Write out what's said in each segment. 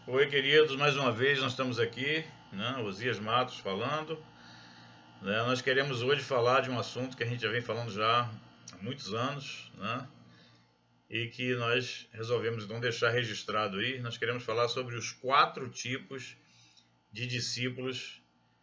Oi, queridos, mais uma vez nós estamos aqui, né? Osias Matos falando, né? Nós queremos hoje falar de um assunto que a gente já vem falando já há muitos anos, né? E que nós resolvemos então deixar registrado aí. Nós queremos falar sobre os 4 tipos de discípulos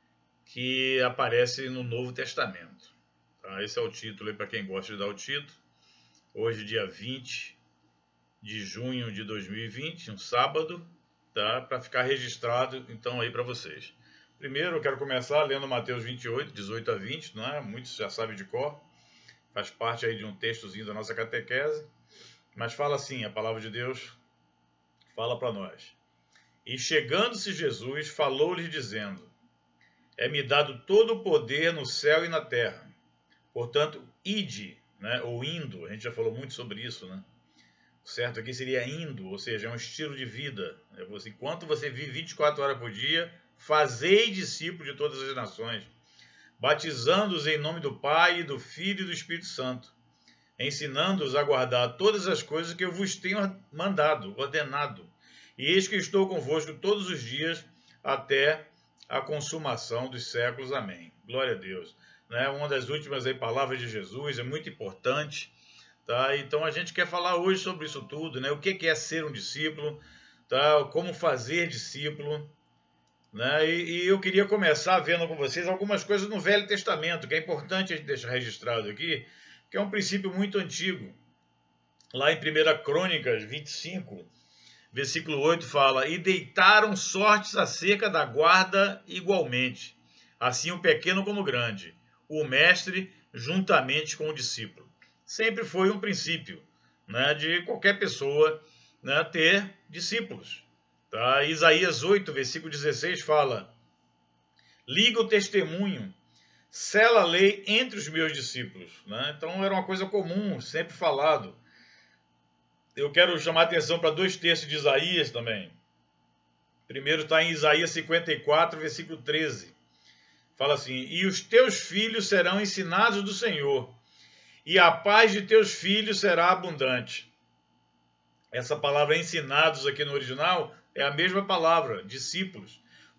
que aparecem no Novo Testamento. Tá? Esse é o título aí para quem gosta de dar o título. Hoje, dia 20 de junho de 2020, um sábado, tá? Para ficar registrado então aí para vocês. Primeiro eu quero começar lendo Mateus 28, 18 a 20, não é? Muitos já sabem de cor, faz parte aí de um textozinho da nossa catequese, mas fala assim, a palavra de Deus fala para nós. E chegando-se Jesus, falou-lhes dizendo, é-me dado todo o poder no céu e na terra, portanto, ide, né? Ou indo, a gente já falou muito sobre isso, né? O certo aqui seria indo, ou seja, é um estilo de vida. Enquanto você vive 24 horas por dia, fazei discípulos de todas as nações, batizando-os em nome do Pai, do Filho e do Espírito Santo, ensinando-os a guardar todas as coisas que eu vos tenho mandado, ordenado. E eis que estou convosco todos os dias até a consumação dos séculos. Amém. Glória a Deus. Uma das últimas aí, palavras de Jesus, é muito importante. Tá? Então a gente quer falar hoje sobre isso tudo, né? O que é ser um discípulo, tá? Como fazer discípulo, né? E eu queria começar vendo com vocês algumas coisas no Velho Testamento, que é importante a gente deixar registrado aqui, que é um princípio muito antigo. Lá em 1 Crônicas 25, versículo 8 fala, e deitaram sortes acerca da guarda igualmente, assim o pequeno como o grande, o mestre juntamente com o discípulo. Sempre foi um princípio, né, de qualquer pessoa, né, ter discípulos. Tá? Isaías 8, versículo 16 fala, liga o testemunho, sela a lei entre os meus discípulos. Né? Então era uma coisa comum, sempre falado. Eu quero chamar a atenção para 2 textos de Isaías também. Primeiro está em Isaías 54, versículo 13. Fala assim, e os teus filhos serão ensinados do Senhor, e a paz de teus filhos será abundante. Essa palavra ensinados aqui no original é a mesma palavra, discípulos.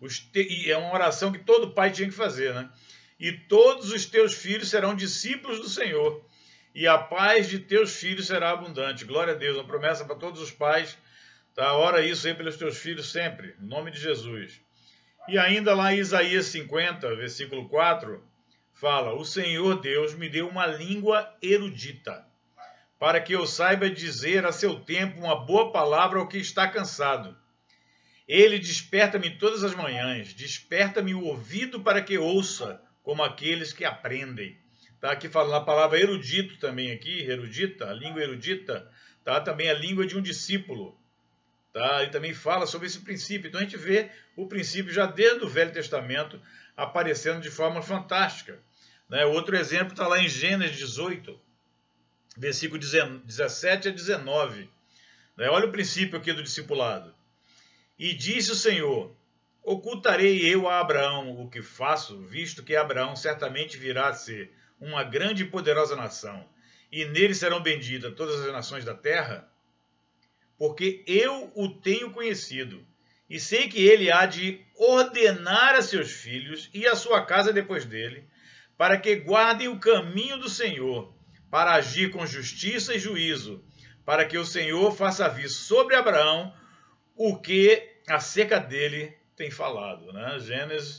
E é uma oração que todo pai tinha que fazer, né? E todos os teus filhos serão discípulos do Senhor, e a paz de teus filhos será abundante. Glória a Deus, uma promessa para todos os pais. Tá? Ora isso aí pelos teus filhos sempre, em nome de Jesus. E ainda lá em Isaías 50, versículo 4, fala, o Senhor Deus me deu uma língua erudita, para que eu saiba dizer a seu tempo uma boa palavra ao que está cansado. Ele desperta-me todas as manhãs, desperta-me o ouvido para que ouça, como aqueles que aprendem. Tá aqui falando a palavra erudito também aqui, erudita, a língua erudita, tá? Também a língua de um discípulo. Tá? E também fala sobre esse princípio. Então a gente vê o princípio já desde o Velho Testamento aparecendo de forma fantástica. Né? Outro exemplo está lá em Gênesis 18, versículo 17 a 19. Né? Olha o princípio aqui do discipulado. E disse o Senhor, ocultarei eu a Abraão o que faço, visto que Abraão certamente virá a ser uma grande e poderosa nação, e nele serão benditas todas as nações da terra? Porque eu o tenho conhecido, e sei que ele há de ordenar a seus filhos e a sua casa depois dele, para que guardem o caminho do Senhor, para agir com justiça e juízo, para que o Senhor faça vir sobre Abraão o que acerca dele tem falado. Né? Gênesis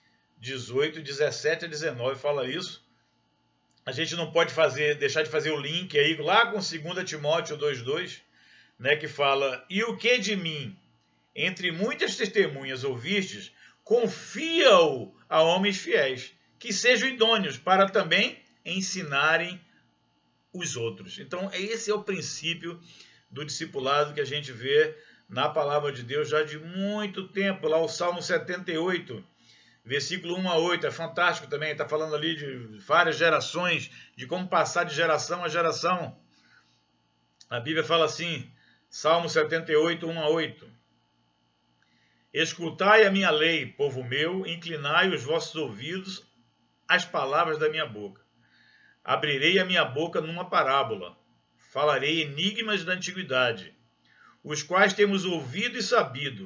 18, 17 a 19 fala isso. A gente não pode deixar de fazer o link aí lá com 2 Timóteo 2,2, né, que fala, e o que de mim, entre muitas testemunhas ouvistes, confia-o a homens fiéis, que sejam idôneos para também ensinarem os outros. Então, esse é o princípio do discipulado que a gente vê na palavra de Deus já de muito tempo. Lá o Salmo 78, versículo 1 a 8, é fantástico também, está falando ali de várias gerações, de como passar de geração a geração. A Bíblia fala assim, Salmo 78, 1 a 8. Escutai a minha lei, povo meu, inclinai os vossos ouvidos às palavras da minha boca. Abrirei a minha boca numa parábola, falarei enigmas da antiguidade, os quais temos ouvido e sabido,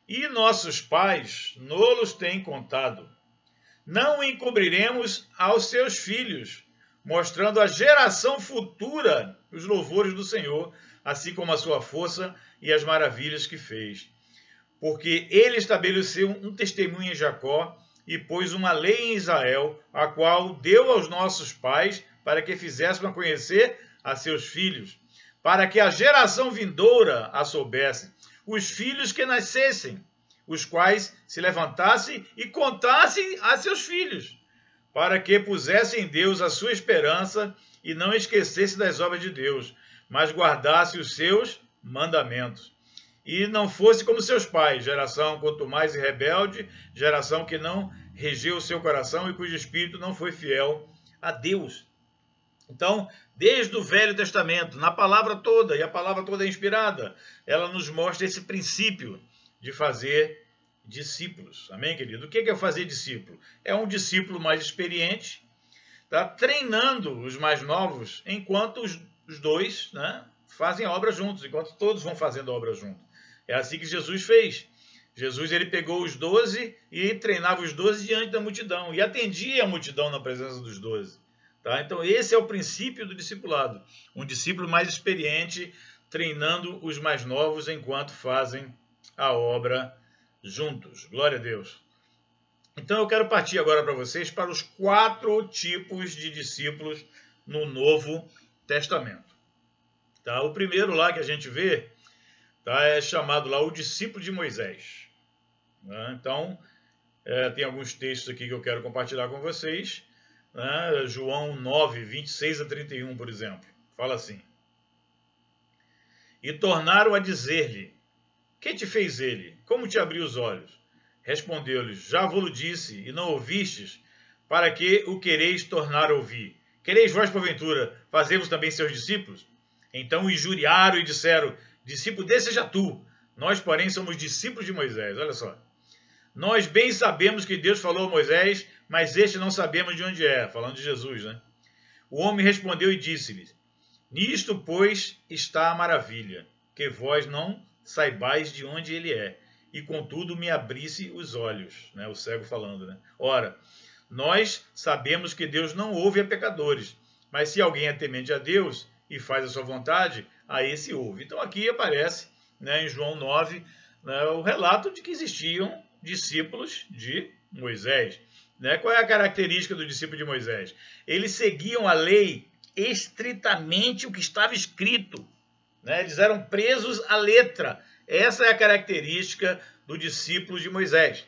e nossos pais nolos têm contado. Não encobriremos aos seus filhos, mostrando à geração futura os louvores do Senhor, assim como a sua força e as maravilhas que fez. Porque ele estabeleceu um testemunho em Jacó e pôs uma lei em Israel, a qual deu aos nossos pais para que fizéssemos conhecer a seus filhos, para que a geração vindoura a soubesse, os filhos que nascessem, os quais se levantassem e contassem a seus filhos, para que pusessem em Deus a sua esperança e não esquecesse das obras de Deus, mas guardasse os seus mandamentos. E não fosse como seus pais, geração quanto mais rebelde, geração que não regeu o seu coração e cujo espírito não foi fiel a Deus. Então, desde o Velho Testamento, na palavra toda, e a palavra toda é inspirada, ela nos mostra esse princípio de fazer discípulos. Amém, querido? O que é fazer discípulo? É um discípulo mais experiente, tá treinando os mais novos, enquanto os dois, né, fazem a obra juntos, enquanto todos vão fazendo a obra juntos. É assim que Jesus fez. Jesus ele pegou os 12 e treinava os 12 diante da multidão, e atendia a multidão na presença dos 12. Tá? Então esse é o princípio do discipulado. Um discípulo mais experiente treinando os mais novos enquanto fazem a obra juntos. Glória a Deus. Então eu quero partir agora para vocês para os 4 tipos de discípulos no Novo Testamento. Tá? O primeiro lá que a gente vê, tá, é chamado lá o discípulo de Moisés. Né? Então tem alguns textos aqui que eu quero compartilhar com vocês. Né? João 9, 26 a 31, por exemplo. Fala assim: E tornaram a dizer-lhe: Que te fez ele? Como te abriu os olhos? Respondeu-lhes: Já vos disse, e não ouvistes, para que o quereis tornar a ouvir? Quereis vós, porventura, fazer-vos também seus discípulos? Então injuriaram e disseram: Discípulo desse seja tu, nós, porém, somos discípulos de Moisés. Olha só. Nós bem sabemos que Deus falou a Moisés, mas este não sabemos de onde é. Falando de Jesus, né? O homem respondeu e disse-lhes: Nisto, pois, está a maravilha, que vós não saibais de onde ele é, e contudo me abrisse os olhos. Né? O cego falando, né? Ora, nós sabemos que Deus não ouve a pecadores, mas se alguém é temente a Deus e faz a sua vontade, a esse ouve. Então aqui aparece, né, em João 9, né, o relato de que existiam discípulos de Moisés. Né? Qual é a característica do discípulo de Moisés? Eles seguiam a lei estritamente o que estava escrito. Né? Eles eram presos à letra. Essa é a característica do discípulo de Moisés.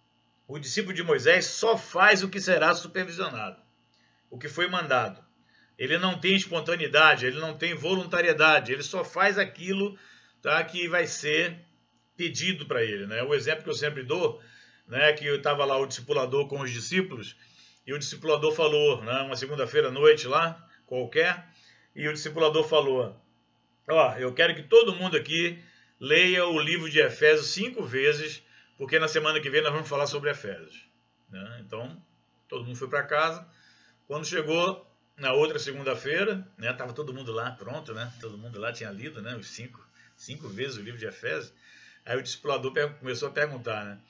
O discípulo de Moisés só faz o que será supervisionado, o que foi mandado. Ele não tem espontaneidade, ele não tem voluntariedade, ele só faz aquilo, tá, que vai ser pedido para ele. Né? O exemplo que eu sempre dou, né, que eu estava lá o discipulador com os discípulos, e o discipulador falou, né, uma segunda-feira à noite lá, qualquer, e o discipulador falou: Ó, eu quero que todo mundo aqui leia o livro de Efésios 5 vezes, porque na semana que vem nós vamos falar sobre Efésios. Né? Então, todo mundo foi para casa. Quando chegou na outra segunda-feira, né, estava todo mundo lá pronto, né? Todo mundo lá tinha lido, né, os cinco vezes o livro de Efésios. Aí o discipulador começou a perguntar, né?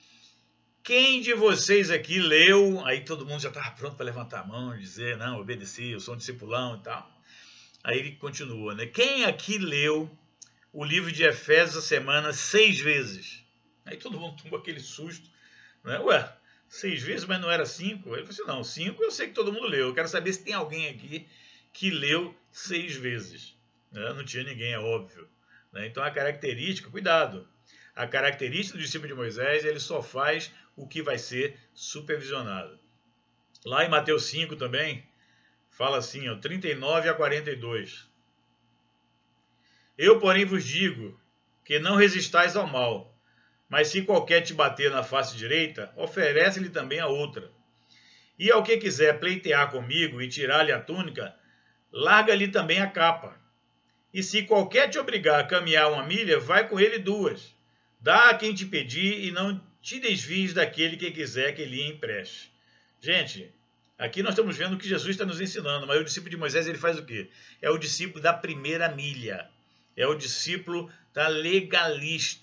Quem de vocês aqui leu? Aí todo mundo já estava pronto para levantar a mão e dizer: Não, obedeci, eu sou um discipulão e tal. Aí ele continua, né? Quem aqui leu o livro de Efésios essa semana 6 vezes? Aí todo mundo tomou aquele susto, né? Ué, 6 vezes, mas não era 5? Ele falou assim: Não, 5 eu sei que todo mundo leu. Eu quero saber se tem alguém aqui que leu 6 vezes. Né? Não tinha ninguém, é óbvio. Né? Então a característica, cuidado, a característica do discípulo de Moisés, ele só faz o que vai ser supervisionado. Lá em Mateus 5 também, fala assim, ó, 39 a 42. Eu, porém, vos digo que não resistais ao mal, mas se qualquer te bater na face direita, oferece-lhe também a outra. E ao que quiser pleitear comigo e tirar-lhe a túnica, larga-lhe também a capa. E se qualquer te obrigar a caminhar 1 milha, vai com ele 2. Dá a quem te pedir e não te desvies daquele que quiser que lhe empreste. Gente, aqui nós estamos vendo o que Jesus está nos ensinando, mas o discípulo de Moisés, ele faz o quê? É o discípulo da primeira milha. É o discípulo da legalista.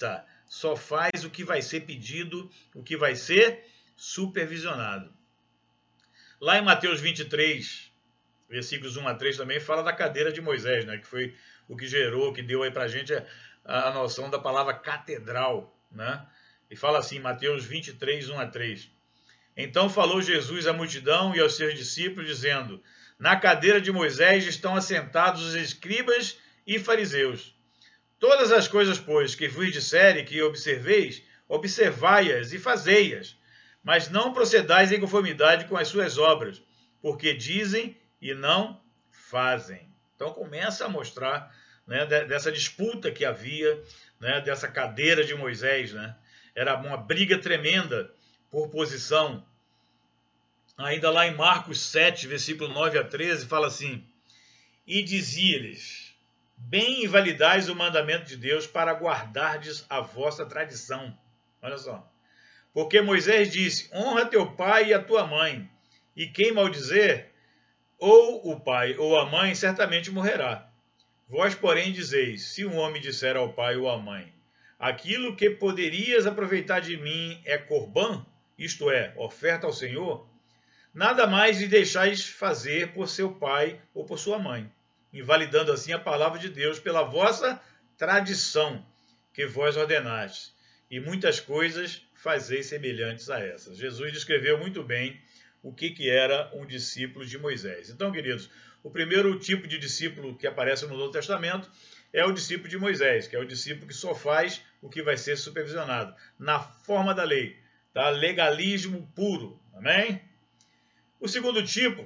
só faz o que vai ser pedido, o que vai ser supervisionado. Lá em Mateus 23, versículos 1 a 3 também, fala da cadeira de Moisés, né? Que foi o que gerou, que deu aí pra gente a noção da palavra catedral, né? E fala assim, Mateus 23, 1 a 3. Então falou Jesus à multidão e aos seus discípulos, dizendo: na cadeira de Moisés estão assentados os escribas e fariseus. Todas as coisas, pois, que vos disserem que observeis, observai-as e fazei-as, mas não procedais em conformidade com as suas obras, porque dizem e não fazem. Então começa a mostrar, né, dessa disputa que havia, né, dessa cadeira de Moisés, né? Era uma briga tremenda por posição. Ainda lá em Marcos 7, versículo 9 a 13, fala assim: e dizia-lhes: bem invalidais o mandamento de Deus para guardardes a vossa tradição. Olha só. Porque Moisés disse: honra teu pai e a tua mãe, e quem maldizer, ou o pai ou a mãe, certamente morrerá. Vós, porém, dizeis: se um homem disser ao pai ou à mãe: aquilo que poderias aproveitar de mim é corbã, isto é, oferta ao Senhor, nada mais lhe deixais fazer por seu pai ou por sua mãe, invalidando assim a palavra de Deus pela vossa tradição, que vós ordenastes, e muitas coisas fazeis semelhantes a essas. Jesus descreveu muito bem o que era um discípulo de Moisés. Então, queridos, o primeiro tipo de discípulo que aparece no Novo Testamento é o discípulo de Moisés, que é o discípulo que só faz o que vai ser supervisionado, na forma da lei, tá? Legalismo puro, amém? O segundo tipo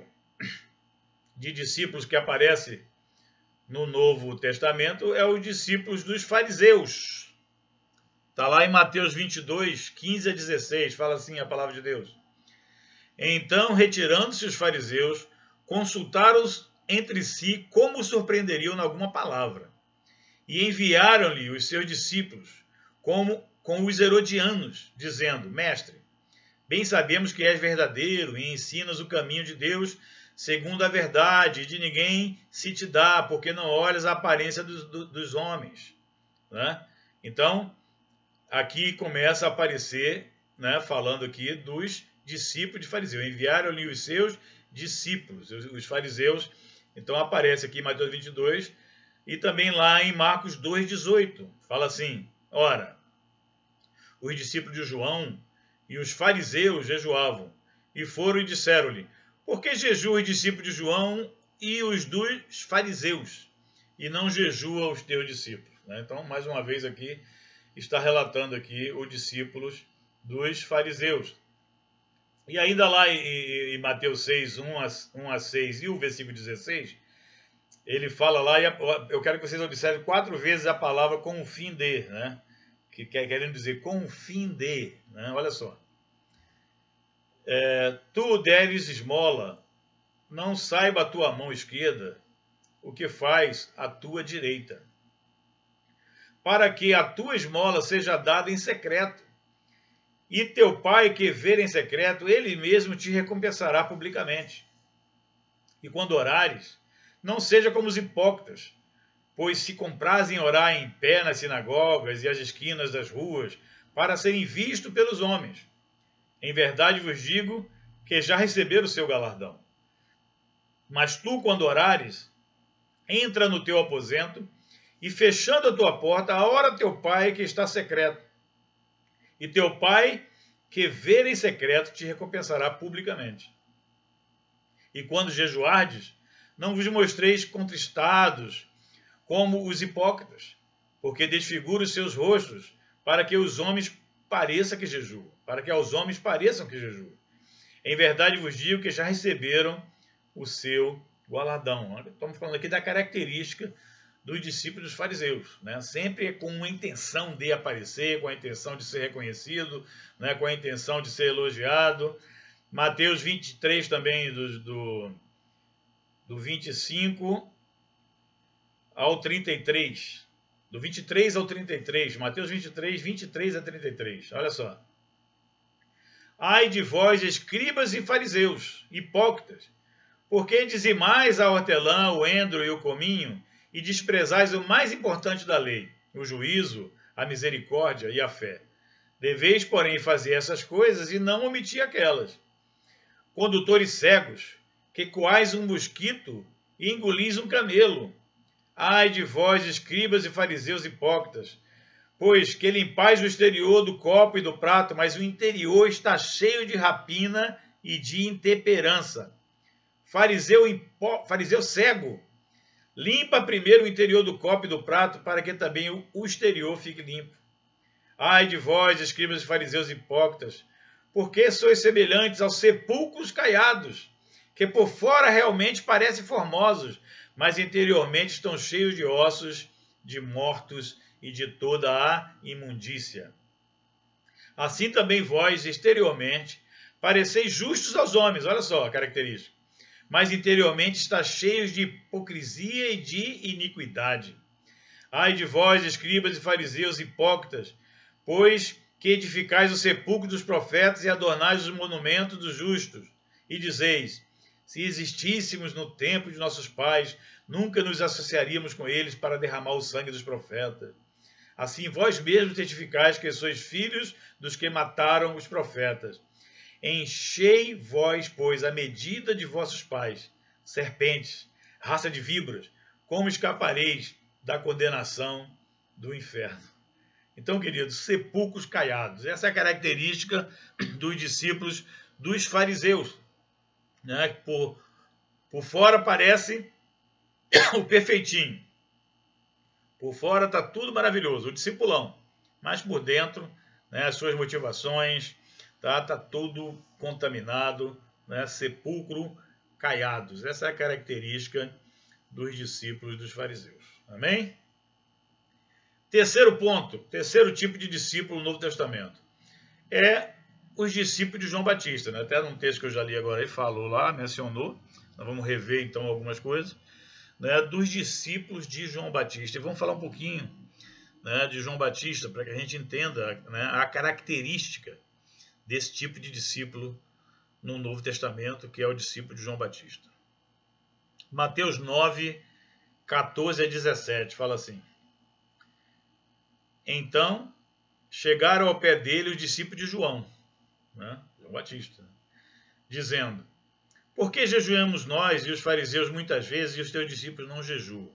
de discípulos que aparece no Novo Testamento é os discípulos dos fariseus. Está lá em Mateus 22, 15 a 16, fala assim a palavra de Deus. Então, retirando-se os fariseus, consultaram entre si como surpreenderiam em alguma palavra. E enviaram-lhe os seus discípulos, com os herodianos, dizendo: mestre, bem sabemos que és verdadeiro e ensinas o caminho de Deus segundo a verdade, e de ninguém se te dá, porque não olhas a aparência dos homens. Né? Então, aqui começa a aparecer, né, falando aqui dos discípulos de fariseu. Enviaram-lhe os seus discípulos, os fariseus. Então aparece aqui em Mateus 22 e também lá em Marcos 2,18. Fala assim: ora, os discípulos de João e os fariseus jejuavam, e foram e disseram-lhe: por que jejuam os discípulos de João e os dos fariseus, e não jejuam os teus discípulos? Então, mais uma vez aqui, está relatando aqui os discípulos dos fariseus. E ainda lá em Mateus 6, 1 a 6 e o versículo 16, ele fala lá, e eu quero que vocês observem 4 vezes a palavra com o fim de, né? Que querendo dizer com o fim de, né? Olha só. Tu deres esmola, não saiba a tua mão esquerda o que faz a tua direita, para que a tua esmola seja dada em secreto, e teu pai que vê em secreto, ele mesmo te recompensará publicamente. E quando orares, não seja como os hipócritas, pois se comprazem orar em pé nas sinagogas e às esquinas das ruas, para serem vistos pelos homens. Em verdade vos digo que já receberam o seu galardão. Mas tu, quando orares, entra no teu aposento, e fechando a tua porta, ora teu pai que está secreto. E teu pai que vê em secreto te recompensará publicamente. E quando jejuardes, não vos mostreis contristados como os hipócritas, porque desfiguram os seus rostos, para que os homens pareçam que jejuam, para que aos homens pareçam que jejuam. Em verdade vos digo que já receberam o seu galardão. Estamos falando aqui da característica dos discípulos dos fariseus, né? Sempre com uma intenção de aparecer, com a intenção de ser reconhecido, né? Com a intenção de ser elogiado. Mateus 23 também, do 25 ao 33. Do 23 ao 33. Mateus 23, 23 a 33. Olha só. Ai de vós, escribas e fariseus, hipócritas, porque dizimais a hortelã, o endro e o cominho, e desprezais o mais importante da lei, o juízo, a misericórdia e a fé. Deveis, porém, fazer essas coisas e não omitir aquelas. Condutores cegos, que coais um mosquito e engolis um camelo. Ai de vós, escribas e fariseus hipócritas, pois que limpais o exterior do copo e do prato, mas o interior está cheio de rapina e de intemperança. Fariseu cego, limpa primeiro o interior do copo e do prato, para que também o exterior fique limpo. Ai de vós, escribas e fariseus hipócritas, porque sois semelhantes aos sepulcros caiados, que por fora realmente parecem formosos, mas interiormente estão cheios de ossos, de mortos e de toda a imundícia. Assim também vós, exteriormente, pareceis justos aos homens, olha só a característica, mas interiormente está cheios de hipocrisia e de iniquidade. Ai de vós, escribas e fariseus hipócritas, pois que edificais o sepulcro dos profetas e adornais os monumentos dos justos, e dizeis: se existíssemos no tempo de nossos pais, nunca nos associaríamos com eles para derramar o sangue dos profetas. Assim vós mesmos testificais que sois filhos dos que mataram os profetas. Enchei vós, pois, a medida de vossos pais, serpentes, raça de víboras, como escapareis da condenação do inferno? Então, queridos, sepulcros caiados. Essa é a característica dos discípulos dos fariseus, né? Por fora parece o perfeitinho. Por fora está tudo maravilhoso, o discipulão. Mas por dentro, né, as suas motivações, tá tudo contaminado, né, sepulcro caiados. Essa é a característica dos discípulos dos fariseus. Amém? Terceiro ponto, terceiro tipo de discípulo no Novo Testamento. É os discípulos de João Batista, né? Até num texto que eu já li agora, ele falou lá, mencionou. Nós vamos rever então algumas coisas, né, dos discípulos de João Batista. E vamos falar um pouquinho, né, de João Batista, para que a gente entenda, né, a característica desse tipo de discípulo no Novo Testamento, que é o discípulo de João Batista. Mateus 9, 14 a 17, fala assim: então chegaram ao pé dele os discípulos de João, né, João Batista, dizendo: por que jejuamos nós e os fariseus muitas vezes e os teus discípulos não jejuam?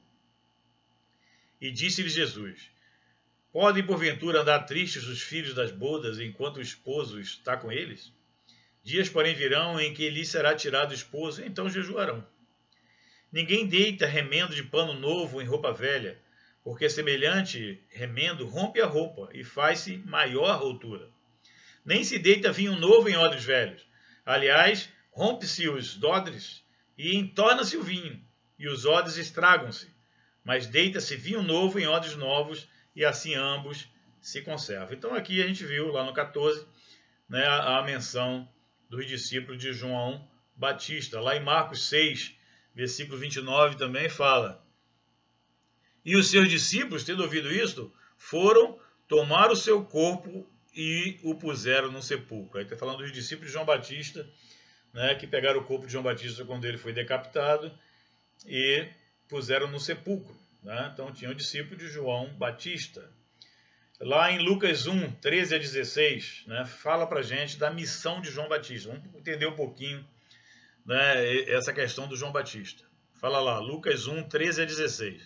E disse-lhes Jesus: podem porventura andar tristes os filhos das bodas enquanto o esposo está com eles? Dias, porém, virão em que lhes será tirado o esposo, então jejuarão. Ninguém deita remendo de pano novo em roupa velha, porque semelhante remendo rompe a roupa e faz-se maior rotura. Nem se deita vinho novo em odres velhos. Aliás, rompe-se os odres e entorna-se o vinho, e os odres estragam-se. Mas deita-se vinho novo em odres novos, e assim ambos se conservam. Então aqui a gente viu, lá no 14, né, a menção dos discípulos de João Batista. Lá em Marcos 6, versículo 29 também fala: e os seus discípulos, tendo ouvido isto, foram tomar o seu corpo e o puseram no sepulcro. Aí está falando dos discípulos de João Batista, né, que pegaram o corpo de João Batista quando ele foi decapitado e puseram no sepulcro, né? Então tinha o discípulo de João Batista. Lá em Lucas 1, 13 a 16, né, fala para a gente da missão de João Batista. Vamos entender um pouquinho, né, essa questão do João Batista. Fala lá, Lucas 1, 13 a 16.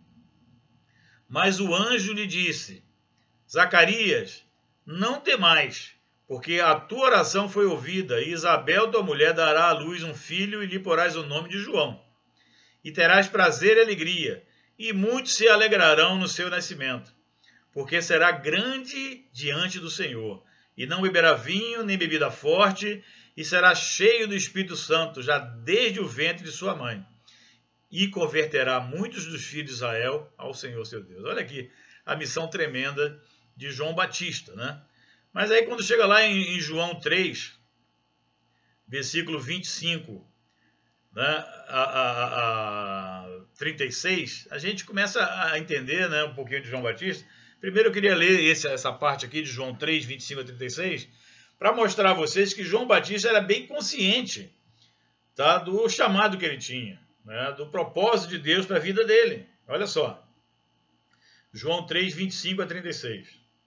Mas o anjo lhe disse: Zacarias, não temais, porque a tua oração foi ouvida, e Isabel, tua mulher, dará à luz um filho, e lhe porás o nome de João. E terás prazer e alegria, e muitos se alegrarão no seu nascimento, porque será grande diante do Senhor, e não beberá vinho nem bebida forte, e será cheio do Espírito Santo, já desde o ventre de sua mãe, e converterá muitos dos filhos de Israel ao Senhor seu Deus. Olha aqui a missão tremenda de João Batista, né? Mas aí quando chega lá em João 3, versículo 25, né, a 36, a gente começa a entender, né, um pouquinho de João Batista. Primeiro eu queria ler essa parte aqui de João 3, 25 a 36, para mostrar a vocês que João Batista era bem consciente, tá, do chamado que ele tinha, né, do propósito de Deus para a vida dele. Olha só. João 3, 25 a 36.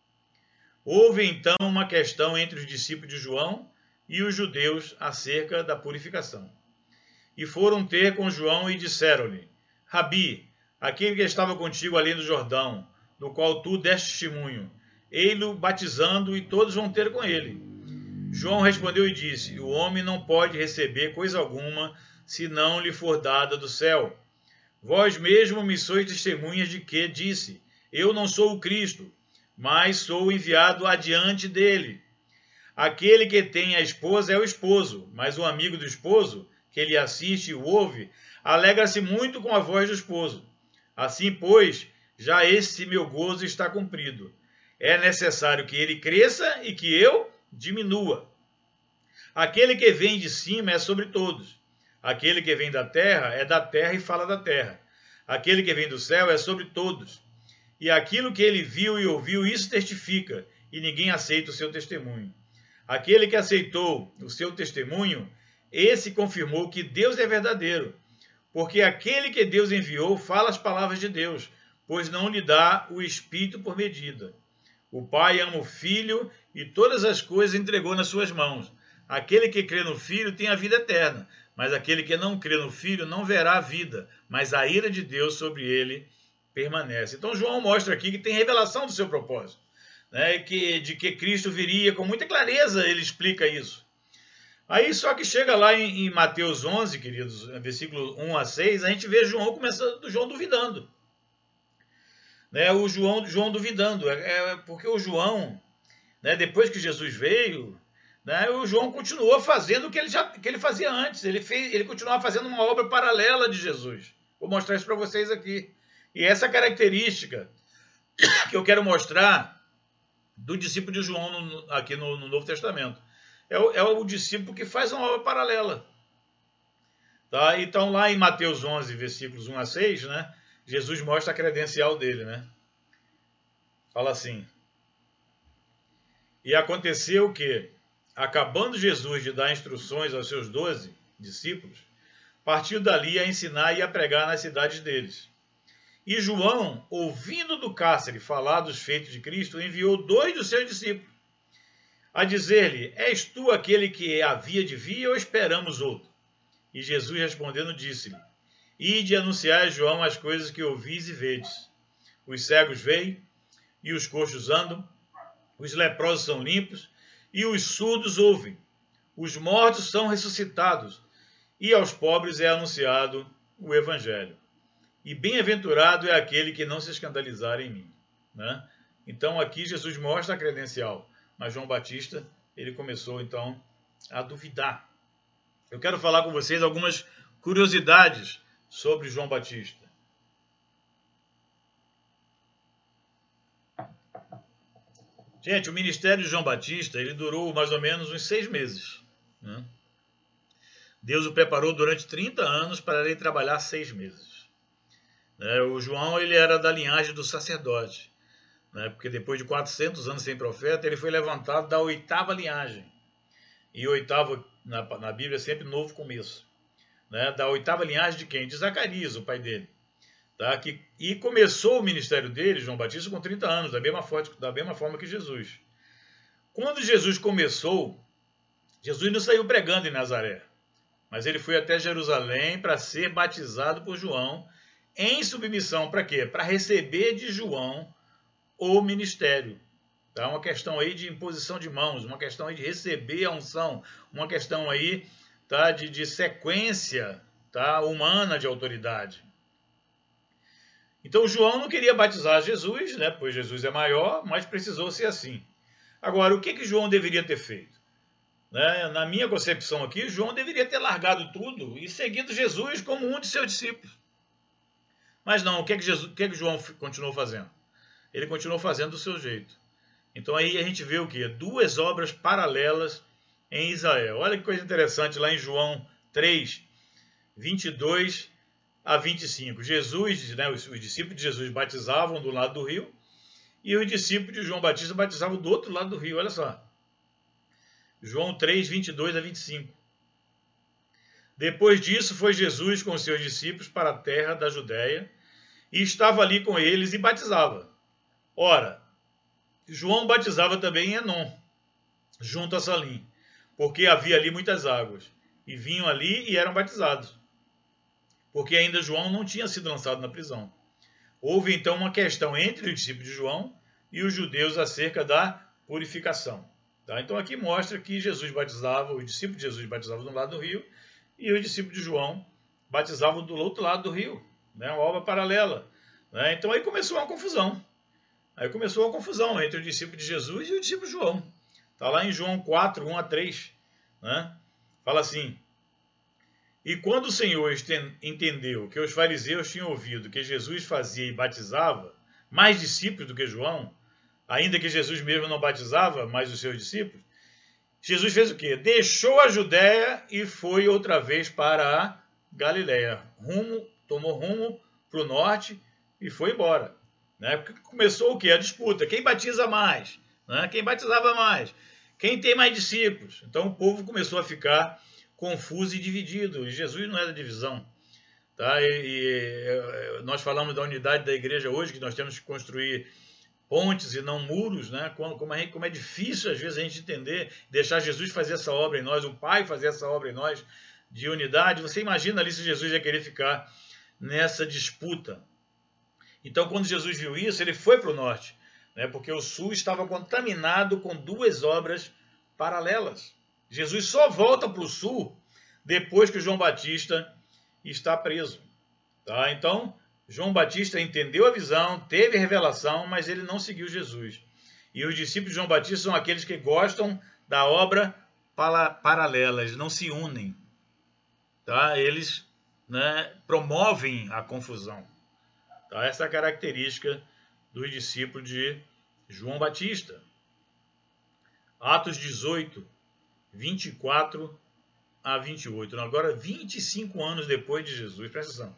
Houve então uma questão entre os discípulos de João e os judeus acerca da purificação. E foram ter com João e disseram-lhe: Rabi, aquele que estava contigo além do Jordão, do qual tu deste testemunho, ei-lo batizando e todos vão ter com ele. João respondeu e disse: o homem não pode receber coisa alguma se não lhe for dada do céu. Vós mesmo me sois testemunhas de que disse: eu não sou o Cristo, mas sou enviado adiante dele. Aquele que tem a esposa é o esposo, mas o amigo do esposo, que lhe assiste e o ouve, alegra-se muito com a voz do esposo. Assim, pois, já esse meu gozo está cumprido. É necessário que ele cresça e que eu diminua. Aquele que vem de cima é sobre todos. Aquele que vem da terra é da terra e fala da terra. Aquele que vem do céu é sobre todos. E aquilo que ele viu e ouviu, isso testifica, e ninguém aceita o seu testemunho. Aquele que aceitou o seu testemunho, esse confirmou que Deus é verdadeiro, porque aquele que Deus enviou fala as palavras de Deus, pois não lhe dá o Espírito por medida. O Pai ama o Filho e todas as coisas entregou nas suas mãos. Aquele que crê no Filho tem a vida eterna, mas aquele que não crê no Filho não verá a vida, mas a ira de Deus sobre ele permanece. Então João mostra aqui que tem revelação do seu propósito, né? De que Cristo viria, com muita clareza ele explica isso. Aí só que chega lá em Mateus 11, queridos, versículo 1 a 6, a gente vê João duvidando. Né? O João duvidando, porque o João, né, depois que Jesus veio, né, o João continuou fazendo o que ele fazia antes, ele continuava fazendo uma obra paralela de Jesus. Vou mostrar isso para vocês aqui. E essa característica que eu quero mostrar do discípulo de João aqui no Novo Testamento. É o discípulo que faz uma obra paralela. Tá? Então, lá em Mateus 11, versículos 1 a 6, né, Jesus mostra a credencial dele. Né? Fala assim: e aconteceu que, acabando Jesus de dar instruções aos seus 12 discípulos, partiu dali a ensinar e a pregar nas cidades deles. E João, ouvindo do cárcere falar dos feitos de Cristo, enviou 2 dos seus discípulos, a dizer-lhe: és tu aquele que havia de vir ou esperamos outro? E Jesus respondendo disse-lhe: ide anunciar a João as coisas que ouvis e vedes. Os cegos veem, e os coxos andam, os leprosos são limpos, e os surdos ouvem. Os mortos são ressuscitados, e aos pobres é anunciado o evangelho. E bem-aventurado é aquele que não se escandalizar em mim. Né? Então aqui Jesus mostra a credencial, mas João Batista, ele começou então a duvidar. Eu quero falar com vocês algumas curiosidades sobre João Batista. Gente, o ministério de João Batista, ele durou mais ou menos uns 6 meses. Né? Deus o preparou durante 30 anos para ele trabalhar 6 meses. O João, ele era da linhagem do sacerdote, né? Porque depois de 400 anos sem profeta, ele foi levantado da 8ª linhagem. E 8º, na Bíblia, é sempre novo começo. Né? Da 8ª linhagem de quem? De Zacarias, o pai dele. Tá? E começou o ministério dele, João Batista, com 30 anos, da mesma forma que Jesus. Quando Jesus começou, Jesus não saiu pregando em Nazaré, mas ele foi até Jerusalém para ser batizado por João, em submissão para quê? Para receber de João o ministério. Tá? Uma questão aí de imposição de mãos, uma questão aí de receber a unção, uma questão aí, tá, de sequência, tá, humana de autoridade. Então João não queria batizar Jesus, né, pois Jesus é maior, mas precisou ser assim. Agora, o que João deveria ter feito? Né? Na minha concepção aqui, João deveria ter largado tudo e seguido Jesus como um de seus discípulos. Mas não, o que João continuou fazendo? Ele continuou fazendo do seu jeito. Então aí a gente vê o quê? 2 obras paralelas em Israel. Olha que coisa interessante lá em João 3, 22 a 25. Jesus, né, os discípulos de Jesus batizavam do lado do rio e os discípulos de João Batista batizavam do outro lado do rio. Olha só. João 3, 22 a 25. Depois disso, foi Jesus com os seus discípulos para a terra da Judéia e estava ali com eles e batizava. Ora, João batizava também em Enom, junto a Salim, porque havia ali muitas águas, e vinham ali e eram batizados, porque ainda João não tinha sido lançado na prisão. Houve então uma questão entre os discípulos de João e os judeus acerca da purificação. Tá? Então aqui mostra que Jesus batizava, os discípulos de Jesus batizavam do lado do rio e os discípulos de João batizavam do outro lado do rio, né? Uma obra paralela. Né? Então aí começou uma confusão. Aí começou uma confusão entre o discípulo de Jesus e o discípulo de João. Está lá em João 4, 1 a 3. Né? Fala assim: e quando o Senhor entendeu que os fariseus tinham ouvido que Jesus fazia e batizava mais discípulos do que João, ainda que Jesus mesmo não batizava mais os seus discípulos, Jesus fez o quê? Deixou a Judéia e foi outra vez para a Galiléia. Tomou rumo para o norte e foi embora. Né? Porque começou o quê? A disputa. Quem batiza mais? Né? Quem batizava mais? Quem tem mais discípulos? Então o povo começou a ficar confuso e dividido. E Jesus não é da divisão. Tá? Nós falamos da unidade da igreja hoje, que nós temos que construir pontes e não muros, né? Como é difícil às vezes a gente entender, deixar Jesus fazer essa obra em nós, o Pai fazer essa obra em nós de unidade. Você imagina ali se Jesus ia querer ficar nessa disputa. Então quando Jesus viu isso, ele foi para o norte, né? Porque o sul estava contaminado com duas obras paralelas. Jesus só volta para o sul depois que João Batista está preso. Tá? Então, João Batista entendeu a visão, teve revelação, mas ele não seguiu Jesus. E os discípulos de João Batista são aqueles que gostam da obra paralela, eles não se unem. Tá? Eles, né, promovem a confusão. Tá? Essa é a característica dos discípulos de João Batista. Atos 18, 24 a 28. Agora, 25 anos depois de Jesus, presta atenção.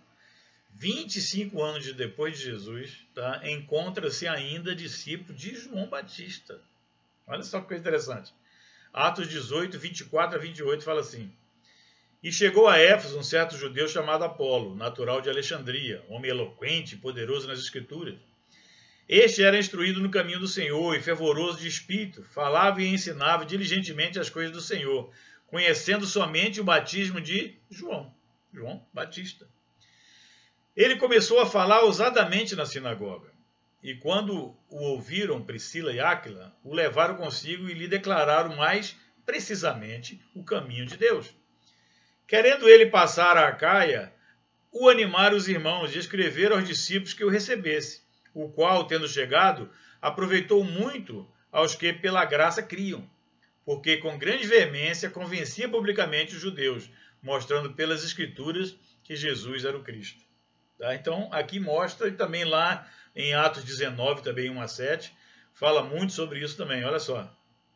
25 anos depois de Jesus, tá, encontra-se ainda discípulo de João Batista. Olha só que coisa interessante. Atos 18, 24 a 28 fala assim: e chegou a Éfeso um certo judeu chamado Apolo, natural de Alexandria, homem eloquente e poderoso nas escrituras. Este era instruído no caminho do Senhor e fervoroso de espírito, falava e ensinava diligentemente as coisas do Senhor, conhecendo somente o batismo de João Batista. Ele começou a falar ousadamente na sinagoga, e quando o ouviram Priscila e Áquila, o levaram consigo e lhe declararam mais precisamente o caminho de Deus. Querendo ele passar a Acaia, o animaram os irmãos e escreveram aos discípulos que o recebesse, o qual, tendo chegado, aproveitou muito aos que pela graça criam, porque com grande veemência convencia publicamente os judeus, mostrando pelas escrituras que Jesus era o Cristo. Tá? Então, aqui mostra, e também lá em Atos 19, também 1 a 7, fala muito sobre isso também, olha só.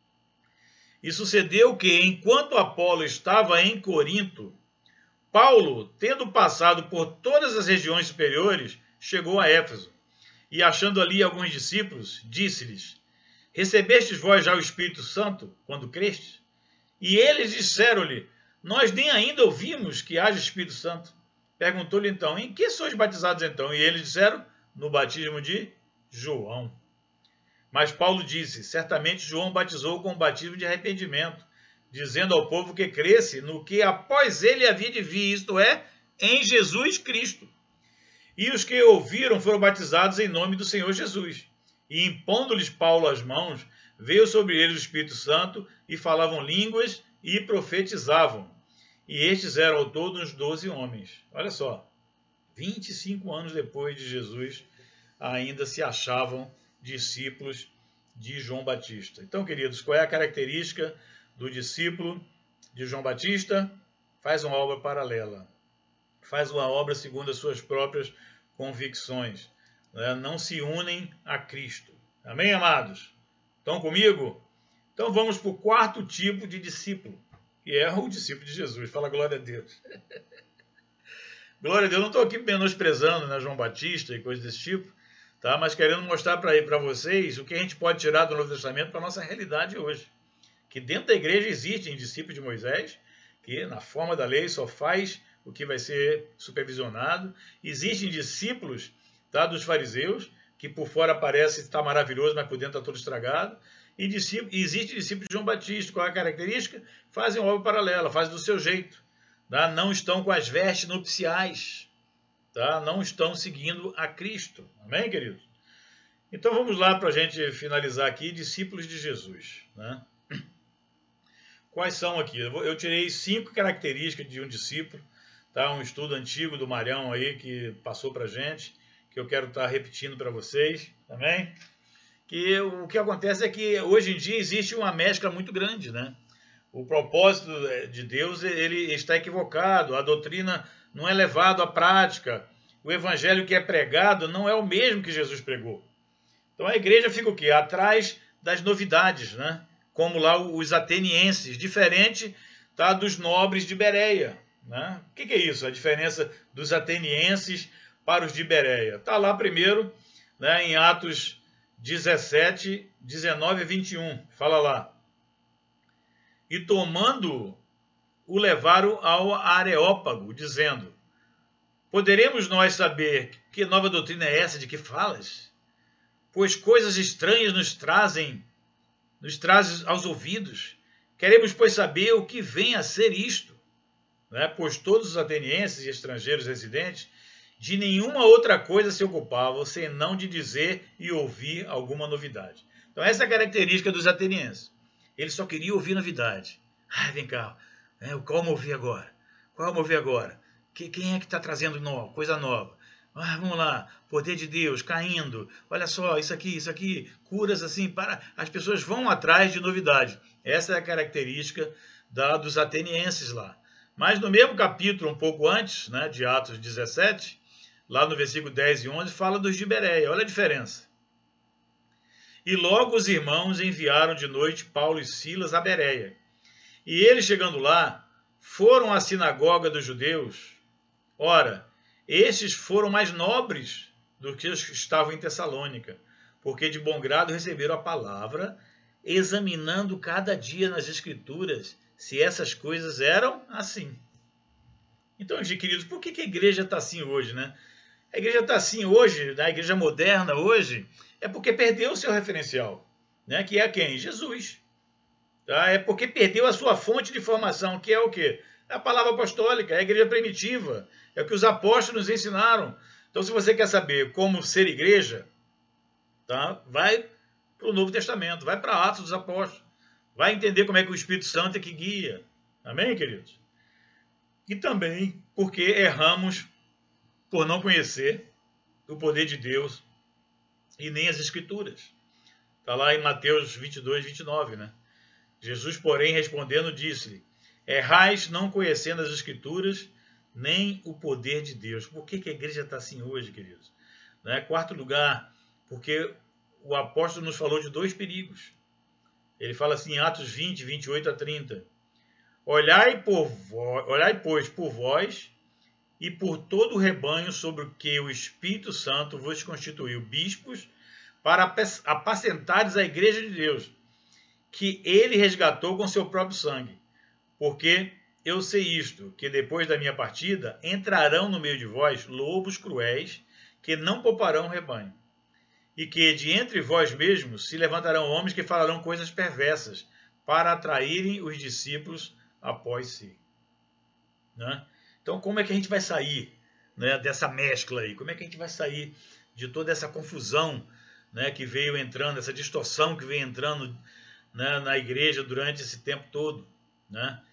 E sucedeu que, enquanto Apolo estava em Corinto, Paulo, tendo passado por todas as regiões superiores, chegou a Éfeso, e achando ali alguns discípulos, disse-lhes: recebestes vós já o Espírito Santo, quando crestes? E eles disseram-lhe: nós nem ainda ouvimos que haja Espírito Santo. Perguntou-lhe então: em que sois batizados então? E eles disseram: no batismo de João. Mas Paulo disse: certamente João batizou com o batismo de arrependimento, dizendo ao povo que cresce no que após ele havia de vir, isto é, em Jesus Cristo. E os que ouviram foram batizados em nome do Senhor Jesus. E impondo-lhes Paulo as mãos, veio sobre eles o Espírito Santo, e falavam línguas e profetizavam. E estes eram ao todo uns 12 homens. Olha só, 25 anos depois de Jesus, ainda se achavam discípulos de João Batista. Então, queridos, qual é a característica do discípulo de João Batista? Faz uma obra paralela. Faz uma obra segundo as suas próprias convicções. Né? Não se unem a Cristo. Amém, amados? Estão comigo? Então vamos para o quarto tipo de discípulo, que é o discípulo de Jesus. Fala glória a Deus. Glória a Deus. Não estou aqui menosprezando, né, João Batista e coisas desse tipo, tá? Mas querendo mostrar para vocês o que a gente pode tirar do Novo Testamento para a nossa realidade hoje. Que dentro da igreja existem discípulos de Moisés, que na forma da lei só faz o que vai ser supervisionado. Existem discípulos, tá, dos fariseus, que por fora parece estar maravilhoso, mas por dentro está todo estragado. E existe discípulos de João Batista. Qual é a característica? Fazem obra paralela, fazem do seu jeito. Tá? Não estão com as vestes nupciais. Tá? Não estão seguindo a Cristo. Amém, queridos? Então vamos lá para a gente finalizar aqui, discípulos de Jesus. Né? Quais são aqui? Eu tirei 5 características de um discípulo. Tá? Um estudo antigo do Marião aí que passou para a gente, que eu quero estar repetindo para vocês também. Que o que acontece é que hoje em dia existe uma mescla muito grande, né? O propósito de Deus ele está equivocado, a doutrina não é levada à prática, o evangelho que é pregado não é o mesmo que Jesus pregou. Então a igreja fica o quê? Atrás das novidades, né? Como lá os atenienses, diferente, tá, dos nobres de Bereia. Né? O que é isso? A diferença dos atenienses para os de Bereia. Está lá primeiro, né, em Atos 17, 19 e 21. Fala lá. E tomando, o levaram ao Areópago, dizendo: poderemos nós saber que nova doutrina é essa de que falas? Pois coisas estranhas nos trazem aos ouvidos. Queremos, pois, saber o que vem a ser isto. Né? Pois todos os atenienses e estrangeiros residentes de nenhuma outra coisa se ocupavam, senão de dizer e ouvir alguma novidade. Então essa é a característica dos atenienses. Eles só queriam ouvir novidade. Vem cá, qual mover agora? Qual mover agora? Quem é que está trazendo coisa nova? Vamos lá, poder de Deus caindo. Olha só, isso aqui, curas assim, para as pessoas vão atrás de novidade. Essa é a característica dos atenienses lá. Mas no mesmo capítulo, um pouco antes, né, de Atos 17, lá no versículo 10 e 11, fala dos de Bereia. Olha a diferença. E logo os irmãos enviaram de noite Paulo e Silas a Bereia. E eles, chegando lá, foram à sinagoga dos judeus. Ora, estes foram mais nobres do que os que estavam em Tessalônica, porque de bom grado receberam a palavra, examinando cada dia nas Escrituras se essas coisas eram assim. Então, queridos, por que a igreja está assim hoje, né? A igreja está assim hoje, a igreja moderna hoje, é porque perdeu o seu referencial, né? Que é quem? Jesus. Tá? É porque perdeu a sua fonte de formação, que é o quê? É a palavra apostólica, é a igreja primitiva, é o que os apóstolos nos ensinaram. Então, se você quer saber como ser igreja, tá? Vai para o Novo Testamento, vai para Atos dos Apóstolos, vai entender como é que o Espírito Santo é que guia. Amém, queridos? E também porque erramos por não conhecer o poder de Deus e nem as Escrituras. Está lá em Mateus 22, 29, né? Jesus, porém, respondendo, disse-lhe: errais não conhecendo as Escrituras, nem o poder de Deus. Por que a igreja está assim hoje, queridos? Né? Quarto lugar, porque o apóstolo nos falou de 2 perigos. Ele fala assim em Atos 20, 28 a 30. Olhai, pois, por vós e por todo o rebanho sobre o que o Espírito Santo vos constituiu bispos, para apacentares a igreja de Deus, que ele resgatou com seu próprio sangue. Porque eu sei isto, que depois da minha partida entrarão no meio de vós lobos cruéis, que não pouparão o rebanho. E que de entre vós mesmos se levantarão homens que falarão coisas perversas, para atraírem os discípulos após si. Né? Então, como é que a gente vai sair, né, dessa mescla aí? Como é que a gente vai sair de toda essa confusão, né, que veio entrando, essa distorção que veio entrando, né, na igreja durante esse tempo todo? Né?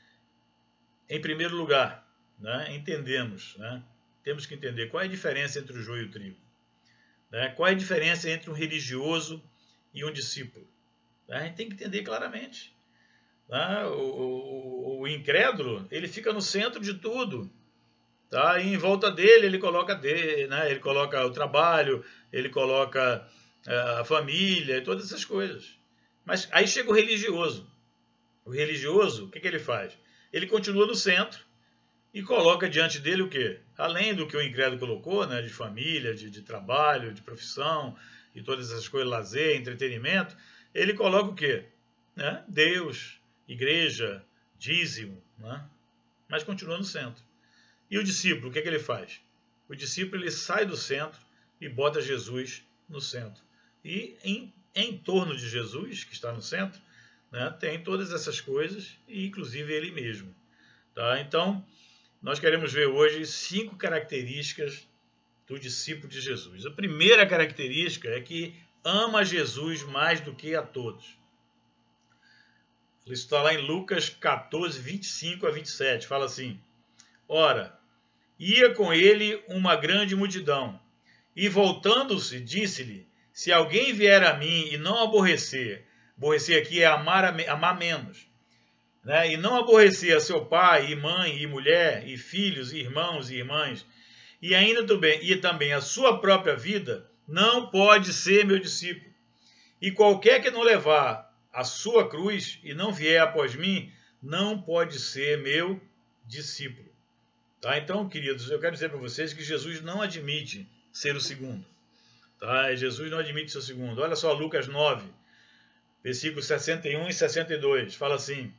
Em primeiro lugar, né, entendemos, né, temos que entender qual é a diferença entre o joio e o trigo. Né? Qual é a diferença entre um religioso e um discípulo? A gente tem que entender claramente. Né? O incrédulo, ele fica no centro de tudo. Tá? E em volta dele, ele coloca, né? Ele coloca o trabalho, ele coloca a família e todas essas coisas. Mas aí chega o religioso. O religioso, o que ele faz? Ele continua no centro e coloca diante dele o quê? Além do que o incrédulo colocou, né? De família, de trabalho, de profissão e todas essas coisas, lazer, entretenimento, ele coloca o quê? Né? Deus, igreja, dízimo, né? Mas continua no centro. E o discípulo, o que ele faz? O discípulo, ele sai do centro e bota Jesus no centro. E em torno de Jesus, que está no centro, né, tem todas essas coisas, e inclusive ele mesmo. Tá? Então, nós queremos ver hoje 5 características do discípulo de Jesus. A primeira característica é que ama Jesus mais do que a todos. Isso está lá em Lucas 14, 25 a 27. Fala assim: ora, ia com ele uma grande multidão, e voltando-se, disse-lhe: se alguém vier a mim e não aborrecer aqui é amar menos, né? E não aborrecer a seu pai, e mãe, e mulher, e filhos, e irmãos e irmãs, e ainda também a sua própria vida, não pode ser meu discípulo. E qualquer que não levar a sua cruz e não vier após mim, não pode ser meu discípulo. Tá? Então, queridos, eu quero dizer para vocês que Jesus não admite ser o segundo. Tá? Jesus não admite ser o segundo. Olha só Lucas 9, versículos 61 e 62. Fala assim: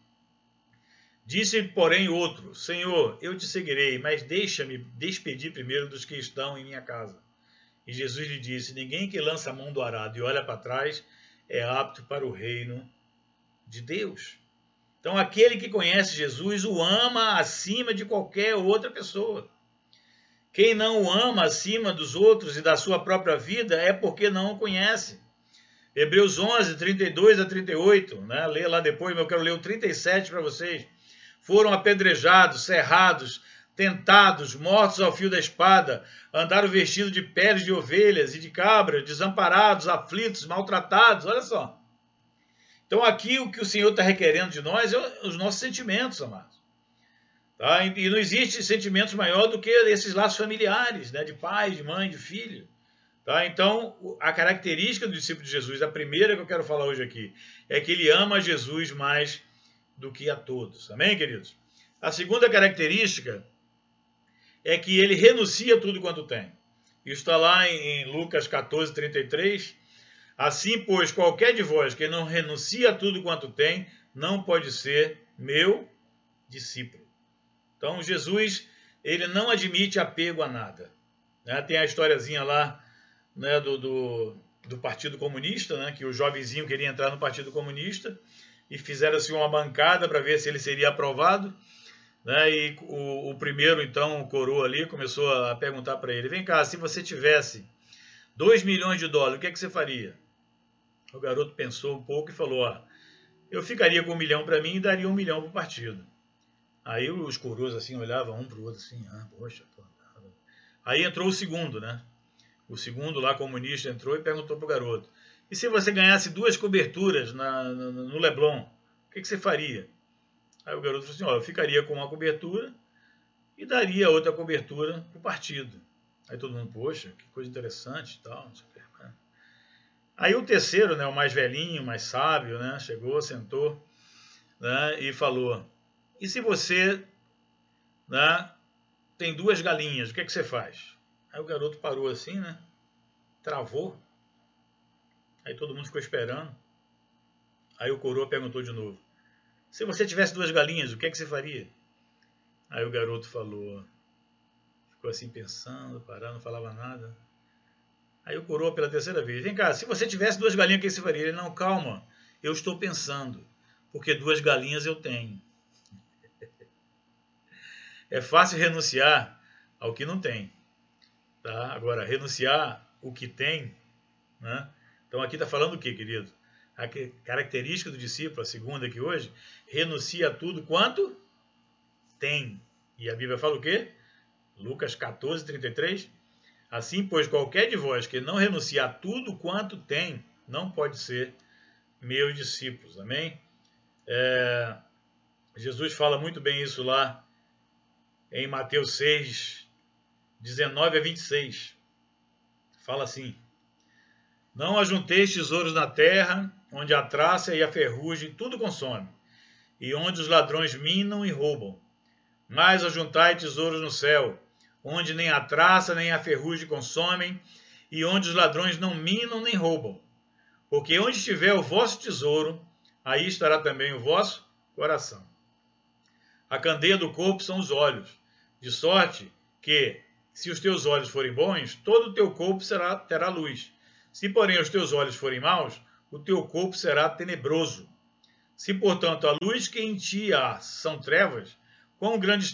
disse, porém, outro: Senhor, eu te seguirei, mas deixa-me despedir primeiro dos que estão em minha casa. E Jesus lhe disse: ninguém que lança a mão do arado e olha para trás é apto para o reino de Deus. Então, aquele que conhece Jesus o ama acima de qualquer outra pessoa. Quem não o ama acima dos outros e da sua própria vida é porque não o conhece. Hebreus 11, 32 a 38, né? Lê lá depois, mas eu quero ler o 37 para vocês. Foram apedrejados, cerrados, tentados, mortos ao fio da espada, andaram vestidos de peles de ovelhas e de cabras, desamparados, aflitos, maltratados. Olha só. Então aqui o que o Senhor está requerendo de nós é os nossos sentimentos, amados. Tá? E não existe sentimentos maior do que esses laços familiares, né? De pai, de mãe, de filho. Tá? Então, a característica do discípulo de Jesus, a primeira que eu quero falar hoje aqui, é que ele ama Jesus mais do que a todos. Amém, queridos? A segunda característica é que ele renuncia tudo quanto tem. Isso está lá em Lucas 14, 33. Assim, pois, qualquer de vós que não renuncia a tudo quanto tem, não pode ser meu discípulo. Então, Jesus, ele não admite apego a nada. Né? Tem a historiazinha lá, né, do Partido Comunista, né, que o jovenzinho queria entrar no Partido Comunista e fizeram-se uma bancada para ver se ele seria aprovado. Né, e o primeiro, então, o coroa ali, começou a perguntar para ele: vem cá, se você tivesse 2 milhões de dólares, o que é que você faria? O garoto pensou um pouco e falou: ó, eu ficaria com 1 milhão para mim e daria 1 milhão para o partido. Aí os coroas assim olhavam um para o outro assim: ah, poxa. Pô. Aí entrou o segundo, né? O segundo lá, comunista, entrou e perguntou para o garoto: e se você ganhasse 2 coberturas no Leblon, o que você faria? Aí o garoto falou assim: ó, eu ficaria com uma cobertura e daria outra cobertura para o partido. Aí todo mundo: poxa, que coisa interessante e tal, não sei o que. Aí o terceiro, né, o mais velhinho, mais sábio, né, chegou, sentou, né, e falou: e se você, né, tem 2 galinhas, o que é que você faz? Aí o garoto parou assim, né, travou. Aí todo mundo ficou esperando. Aí o coroa perguntou de novo: se você tivesse 2 galinhas, o que é que você faria? Aí o garoto falou, ficou assim pensando, parando, não falava nada. Aí o coroa pela terceira vez: vem cá, se você tivesse 2 galinhas, o que você faria? Ele: não, calma, eu estou pensando, porque 2 galinhas eu tenho. É fácil renunciar ao que não tem. Tá? Agora, renunciar o que tem, né? Então aqui está falando o que, querido? A característica do discípulo, a segunda aqui hoje: renuncia a tudo quanto tem. E a Bíblia fala o quê? Lucas 14, 33. Assim, pois, qualquer de vós que não renuncia a tudo quanto tem, não pode ser meus discípulos. Amém? Jesus fala muito bem isso lá em Mateus 6, 19 a 26. Fala assim: não ajunteis tesouros na terra, onde a traça e a ferrugem tudo consome, e onde os ladrões minam e roubam. Mas ajuntai tesouros no céu, onde nem a traça nem a ferrugem consomem, e onde os ladrões não minam nem roubam. Porque onde estiver o vosso tesouro, aí estará também o vosso coração. A candeia do corpo são os olhos, de sorte que, se os teus olhos forem bons, todo o teu corpo terá luz. Se, porém, os teus olhos forem maus, o teu corpo será tenebroso. Se, portanto, a luz que em ti há são trevas, quão grandes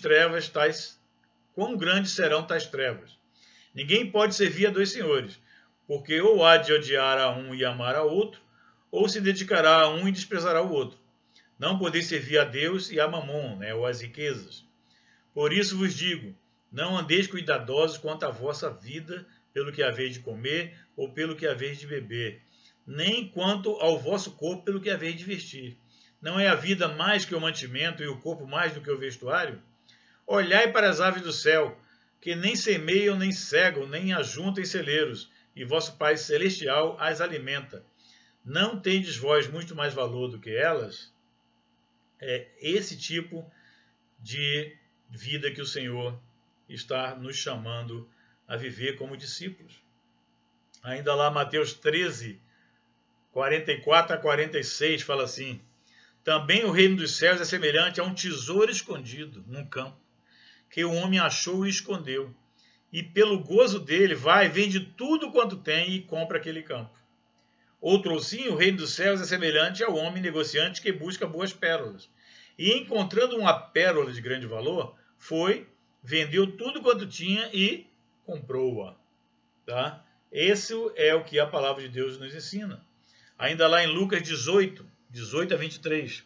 serão tais trevas? Ninguém pode servir a dois senhores, porque ou há de odiar a um e amar a outro, ou se dedicará a um e desprezará o outro. Não podeis servir a Deus e a Mamon, ou às riquezas. Por isso vos digo, não andeis cuidadosos quanto à vossa vida, pelo que haveis de comer, ou pelo que haveis de beber, nem quanto ao vosso corpo, pelo que haveis de vestir. Não é a vida mais que o mantimento, e o corpo mais do que o vestuário? Olhai para as aves do céu, que nem semeiam, nem cegam, nem ajuntam em celeiros, e vosso Pai Celestial as alimenta. Não tendes vós muito mais valor do que elas? É esse tipo de vida que o Senhor está nos chamando a viver como discípulos. Ainda lá, Mateus 13, 44 a 46, fala assim: também o reino dos céus é semelhante a um tesouro escondido num campo, que o homem achou e escondeu. E pelo gozo dele vai, vende tudo quanto tem e compra aquele campo. Outro sim, o reino dos céus é semelhante ao homem negociante que busca boas pérolas. E encontrando uma pérola de grande valor, foi, vendeu tudo quanto tinha e comprou-a. Tá? Esse é o que a palavra de Deus nos ensina. Ainda lá em Lucas 18, 18 a 23,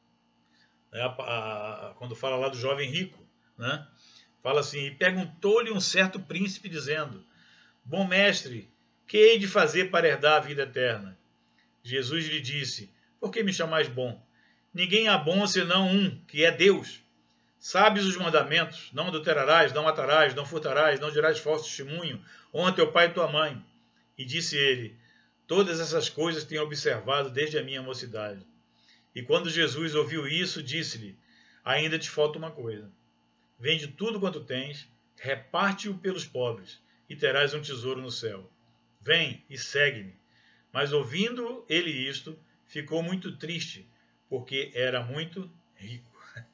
quando fala lá do jovem rico, né? Fala assim: e perguntou-lhe um certo príncipe, dizendo: bom mestre, que hei de fazer para herdar a vida eterna? Jesus lhe disse: por que me chamais bom? Ninguém há bom senão um, que é Deus. Sabes os mandamentos: não adulterarás, não matarás, não furtarás, não dirás falso testemunho, honra teu pai e tua mãe. E disse ele: todas essas coisas tenho observado desde a minha mocidade. E quando Jesus ouviu isso, disse-lhe: ainda te falta uma coisa. Vende tudo quanto tens, reparte-o pelos pobres, e terás um tesouro no céu. Vem e segue-me. Mas ouvindo ele isto, ficou muito triste, porque era muito rico.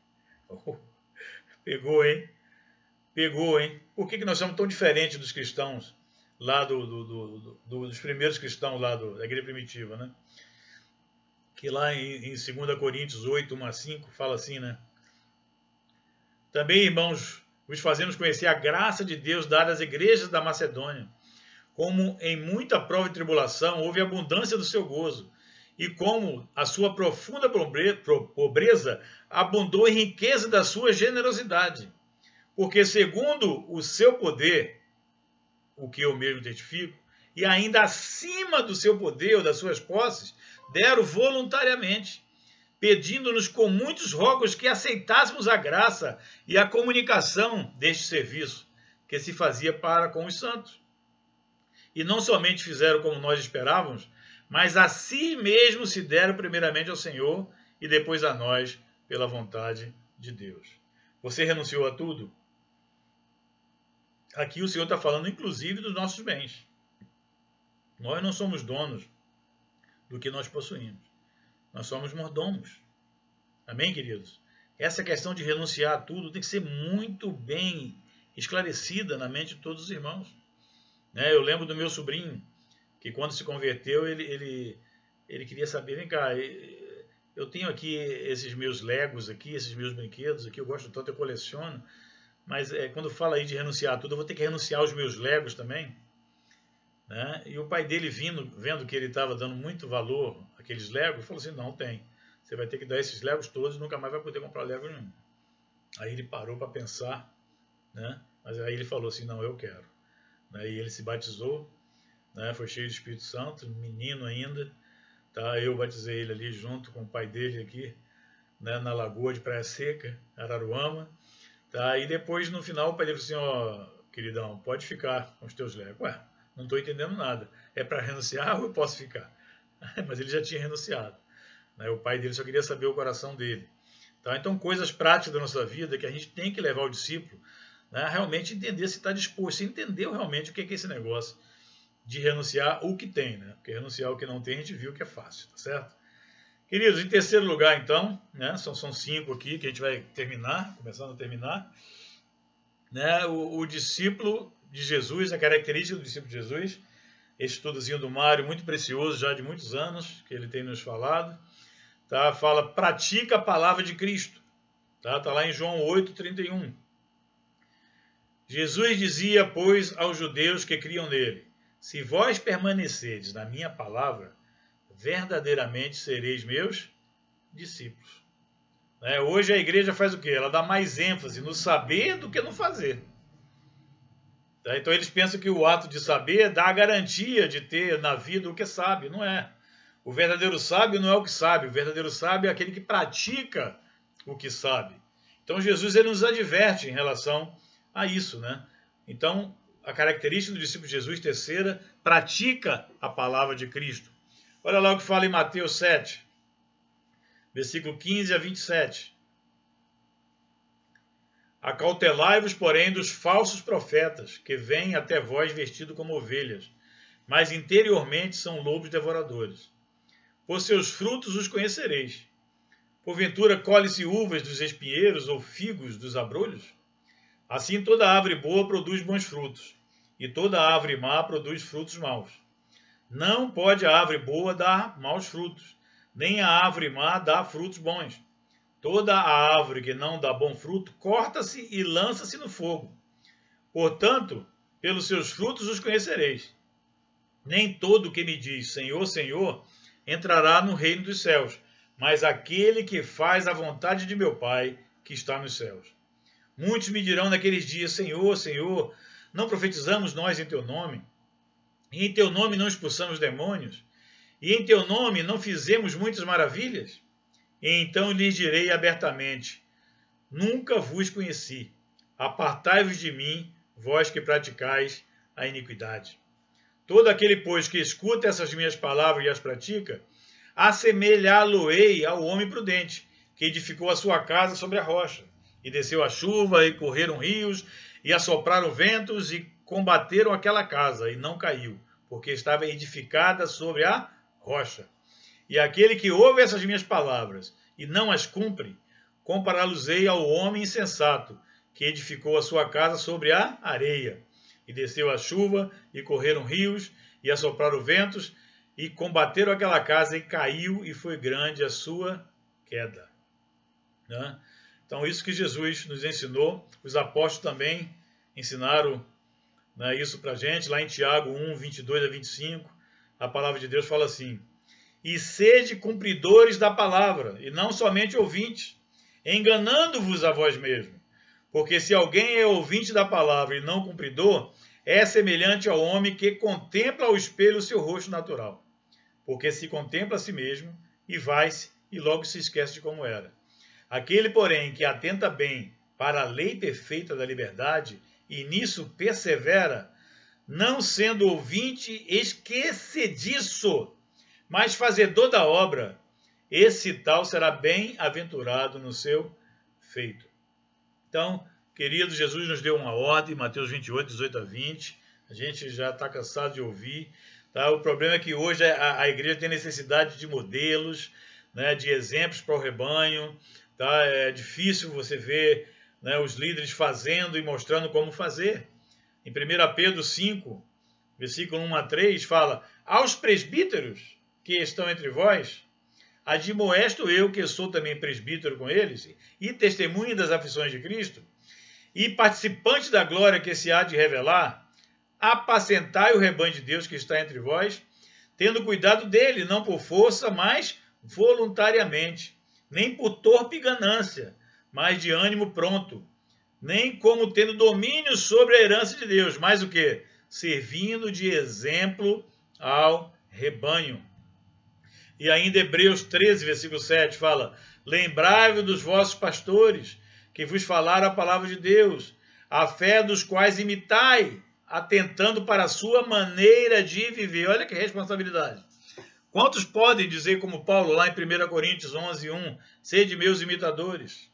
Pegou, hein? Pegou, hein? Por que nós somos tão diferentes dos cristãos, lá dos primeiros cristãos lá da igreja primitiva, né? Que lá em 2 Coríntios 8, 1 a 5, fala assim, né? Também, irmãos, vos fazemos conhecer a graça de Deus dada às igrejas da Macedônia, como em muita prova e tribulação houve abundância do seu gozo, e como a sua profunda pobreza abundou em riqueza da sua generosidade. Porque segundo o seu poder, o que eu mesmo testifico, e ainda acima do seu poder ou das suas posses, deram voluntariamente, pedindo-nos com muitos rogos que aceitássemos a graça e a comunicação deste serviço, que se fazia para com os santos. E não somente fizeram como nós esperávamos, mas a si mesmos se deram primeiramente ao Senhor e depois a nós, pela vontade de Deus. Você renunciou a tudo? Aqui o Senhor está falando inclusive dos nossos bens. Nós não somos donos do que nós possuímos. Nós somos mordomos. Amém, queridos? Essa questão de renunciar a tudo tem que ser muito bem esclarecida na mente de todos os irmãos. Eu lembro do meu sobrinho, que quando se converteu, ele queria saber, vem cá, eu tenho aqui esses meus Legos aqui, esses meus brinquedos aqui, eu gosto tanto, eu coleciono, mas quando fala aí de renunciar a tudo, eu vou ter que renunciar aos meus Legos também. Né? E o pai dele, vendo que ele estava dando muito valor àqueles Legos, falou assim: não tem, você vai ter que dar esses Legos todos e nunca mais vai poder comprar Lego nenhum. Aí ele parou para pensar, né? Mas aí ele falou assim: não, eu quero. Né? E ele se batizou, né? Foi cheio do Espírito Santo, menino ainda, tá? Eu batizei ele ali junto com o pai dele aqui, né? Na lagoa de Praia Seca, Araruama, tá? E depois no final o pai dele falou assim: ó, queridão, pode ficar com os teus Legos. Ué, não estou entendendo nada. É para renunciar ou eu posso ficar? Mas ele já tinha renunciado. Né? O pai dele só queria saber o coração dele. Tá? Então, coisas práticas da nossa vida que a gente tem que levar o discípulo, né, a realmente entender se está disposto, se entendeu realmente o que é esse negócio de renunciar o que tem. Né? Porque renunciar o que não tem, a gente viu que é fácil. Tá certo? Queridos, em terceiro lugar, então, né, são 5 aqui que a gente vai terminar, começando a terminar. Né, o discípulo de Jesus, a característica do discípulo de Jesus esse estudozinho do Mário, muito precioso, já de muitos anos, que ele tem nos falado. Tá? Fala, pratica a palavra de Cristo. Tá lá em João 8:31. Jesus dizia, pois, aos judeus que criam nele, se vós permanecerdes na minha palavra, verdadeiramente sereis meus discípulos. Hoje a igreja faz o quê? Ela dá mais ênfase no saber do que no fazer. Então eles pensam que o ato de saber dá a garantia de ter na vida o que sabe. Não é. O verdadeiro sábio não é o que sabe. O verdadeiro sábio é aquele que pratica o que sabe. Então Jesus ele nos adverte em relação a isso, né? Então, a característica do discípulo de Jesus, terceira, pratica a palavra de Cristo. Olha lá o que fala em Mateus 7, versículo 15 a 27. Acautelai-vos, porém, dos falsos profetas, que vêm até vós vestidos como ovelhas, mas interiormente são lobos devoradores. Por seus frutos os conhecereis. Porventura colhe-se uvas dos espinheiros ou figos dos abrolhos? Assim toda árvore boa produz bons frutos, e toda árvore má produz frutos maus. Não pode a árvore boa dar maus frutos, nem a árvore má dar frutos bons. Toda a árvore que não dá bom fruto, corta-se e lança-se no fogo. Portanto, pelos seus frutos os conhecereis. Nem todo que me diz Senhor, Senhor, entrará no reino dos céus, mas aquele que faz a vontade de meu Pai, que está nos céus. Muitos me dirão naqueles dias, Senhor, Senhor, não profetizamos nós em teu nome? E em teu nome não expulsamos demônios? E em teu nome não fizemos muitas maravilhas? E então lhes direi abertamente, nunca vos conheci. Apartai-vos de mim, vós que praticais a iniquidade. Todo aquele, pois, que escuta essas minhas palavras e as pratica, assemelhá-lo-ei ao homem prudente, que edificou a sua casa sobre a rocha. E desceu a chuva, e correram rios, e assopraram ventos, e combateram aquela casa, e não caiu, porque estava edificada sobre a rocha. E aquele que ouve essas minhas palavras, e não as cumpre, compará-los-ei ao homem insensato, que edificou a sua casa sobre a areia. E desceu a chuva, e correram rios, e assopraram ventos, e combateram aquela casa, e caiu, e foi grande a sua queda. Né? Então, isso que Jesus nos ensinou, os apóstolos também ensinaram, né, isso para a gente, lá em Tiago 1, 22 a 25, a palavra de Deus fala assim, e sede cumpridores da palavra, e não somente ouvintes, enganando-vos a vós mesmos. Porque se alguém é ouvinte da palavra e não cumpridor, é semelhante ao homem que contempla ao espelho o seu rosto natural. Porque se contempla a si mesmo, e vai-se, e logo se esquece de como era. Aquele, porém, que atenta bem para a lei perfeita da liberdade, e nisso persevera, não sendo ouvinte esquecediço, mas fazedor da obra, esse tal será bem-aventurado no seu feito. Então, querido, Jesus nos deu uma ordem, Mateus 28, 18 a 20, a gente já está cansado de ouvir. Tá? O problema é que hoje a igreja tem necessidade de modelos, né, de exemplos para o rebanho. Tá? É difícil você ver, né, os líderes fazendo e mostrando como fazer. Em 1 Pedro 5, versículo 1 a 3, fala, aos presbíteros que estão entre vós, admoesto eu, que sou também presbítero com eles, e testemunha das aflições de Cristo, e participante da glória que se há de revelar, apacentai o rebanho de Deus que está entre vós, tendo cuidado dele, não por força, mas voluntariamente, nem por torpe ganância, mas de ânimo pronto, nem como tendo domínio sobre a herança de Deus, mas o quê? Servindo de exemplo ao rebanho. E ainda Hebreus 13, versículo 7, fala, lembrai-vos dos vossos pastores, que vos falaram a palavra de Deus, a fé dos quais imitai, atentando para a sua maneira de viver. Olha que responsabilidade. Quantos podem dizer, como Paulo, lá em 1 Coríntios 11, 1, sede meus imitadores?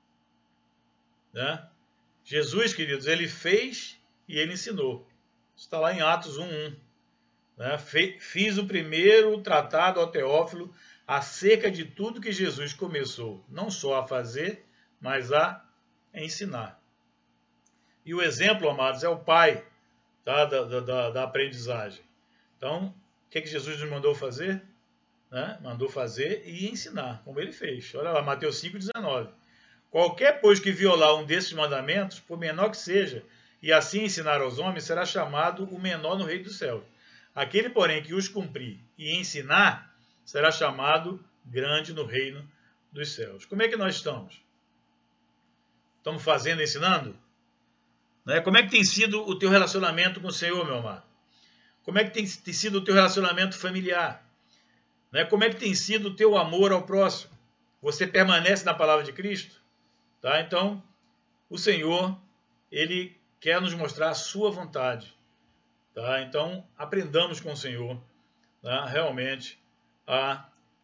Né? Jesus, queridos, ele fez e ele ensinou. Está lá em Atos 1, 1. Né? Fiz o primeiro tratado ao Teófilo acerca de tudo que Jesus começou, não só a fazer, mas a ensinar. E o exemplo, amados, é o pai, tá, da aprendizagem. Então, o que Jesus nos mandou fazer? Né? Mandou fazer e ensinar, como ele fez. Olha lá, Mateus 5,19. Qualquer, pois, que violar um desses mandamentos, por menor que seja, e assim ensinar aos homens, será chamado o menor no reino dos céus. Aquele, porém, que os cumprir e ensinar, será chamado grande no reino dos céus. Como é que nós estamos? Estamos fazendo e ensinando? Né? Como é que tem sido o teu relacionamento com o Senhor, meu amado? Como é que tem sido o teu relacionamento familiar? Né? Como é que tem sido o teu amor ao próximo? Você permanece na palavra de Cristo? Tá? Então, o Senhor, Ele quer nos mostrar a sua vontade. Tá? Então, aprendamos com o Senhor, tá? Realmente a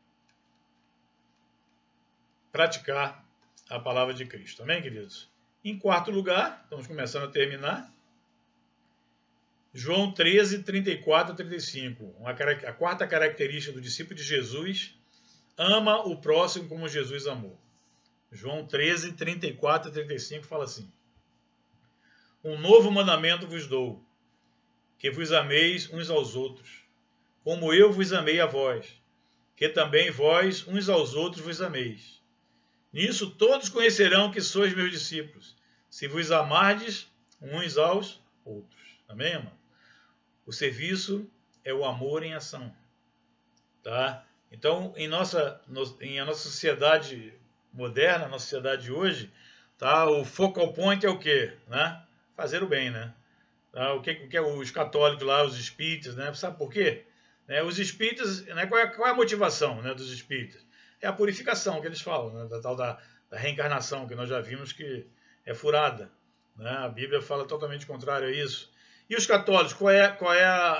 praticar a palavra de Cristo. Amém, queridos? Em quarto lugar, estamos começando a terminar, João 13, 34 a 35. A quarta característica do discípulo de Jesus: ama o próximo como Jesus amou. João 13, 34 a 35 fala assim: um novo mandamento vos dou, que vos ameis uns aos outros, como eu vos amei a vós, que também vós uns aos outros vos ameis. Nisso todos conhecerão que sois meus discípulos, se vos amardes uns aos outros. Amém, irmão? O serviço é o amor em ação. Tá? Então, em a nossa sociedade moderna, nossa sociedade de hoje, tá? O focal point é o quê? Né? Fazer o bem, né? Tá? O que é os católicos lá, os espíritas, né? Sabe por quê? Né? Os espíritas, né? Qual é a motivação, né, dos espíritas? É a purificação que eles falam, né? Da tal da reencarnação, que nós já vimos que é furada. Né? A Bíblia fala totalmente contrário a isso. E os católicos, qual é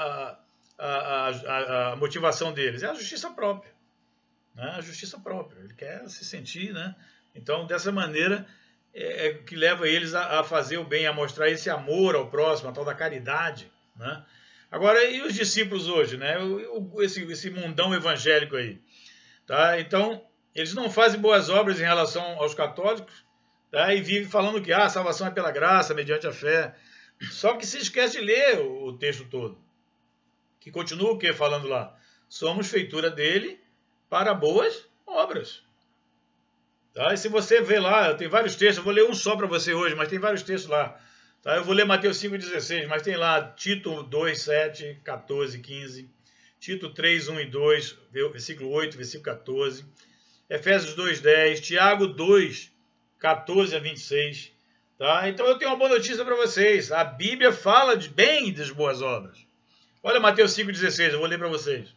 a motivação deles? É a justiça própria. Né? A justiça própria. Ele quer se sentir, né? Então, dessa maneira, é que leva eles a fazer o bem, a mostrar esse amor ao próximo, a tal da caridade. Né? Agora, e os discípulos hoje? Né? Esse mundão evangélico aí. Tá? Então, eles não fazem boas obras em relação aos católicos, tá? E vivem falando que a salvação é pela graça, mediante a fé. Só que se esquece de ler o texto todo, que continua o que falando lá? Somos feitura dele para boas obras. Tá? E se você vê lá, tem vários textos, eu vou ler um só para você hoje, mas tem vários textos lá. Tá? Eu vou ler Mateus 5,16, mas tem lá Tito 2, 7, 14, 15, Tito 3, 1 e 2, versículo 8, versículo 14, Efésios 2, 10, Tiago 2, 14 a 26. Tá? Então eu tenho uma boa notícia para vocês. A Bíblia fala bem das boas obras. Olha Mateus 5,16, eu vou ler para vocês.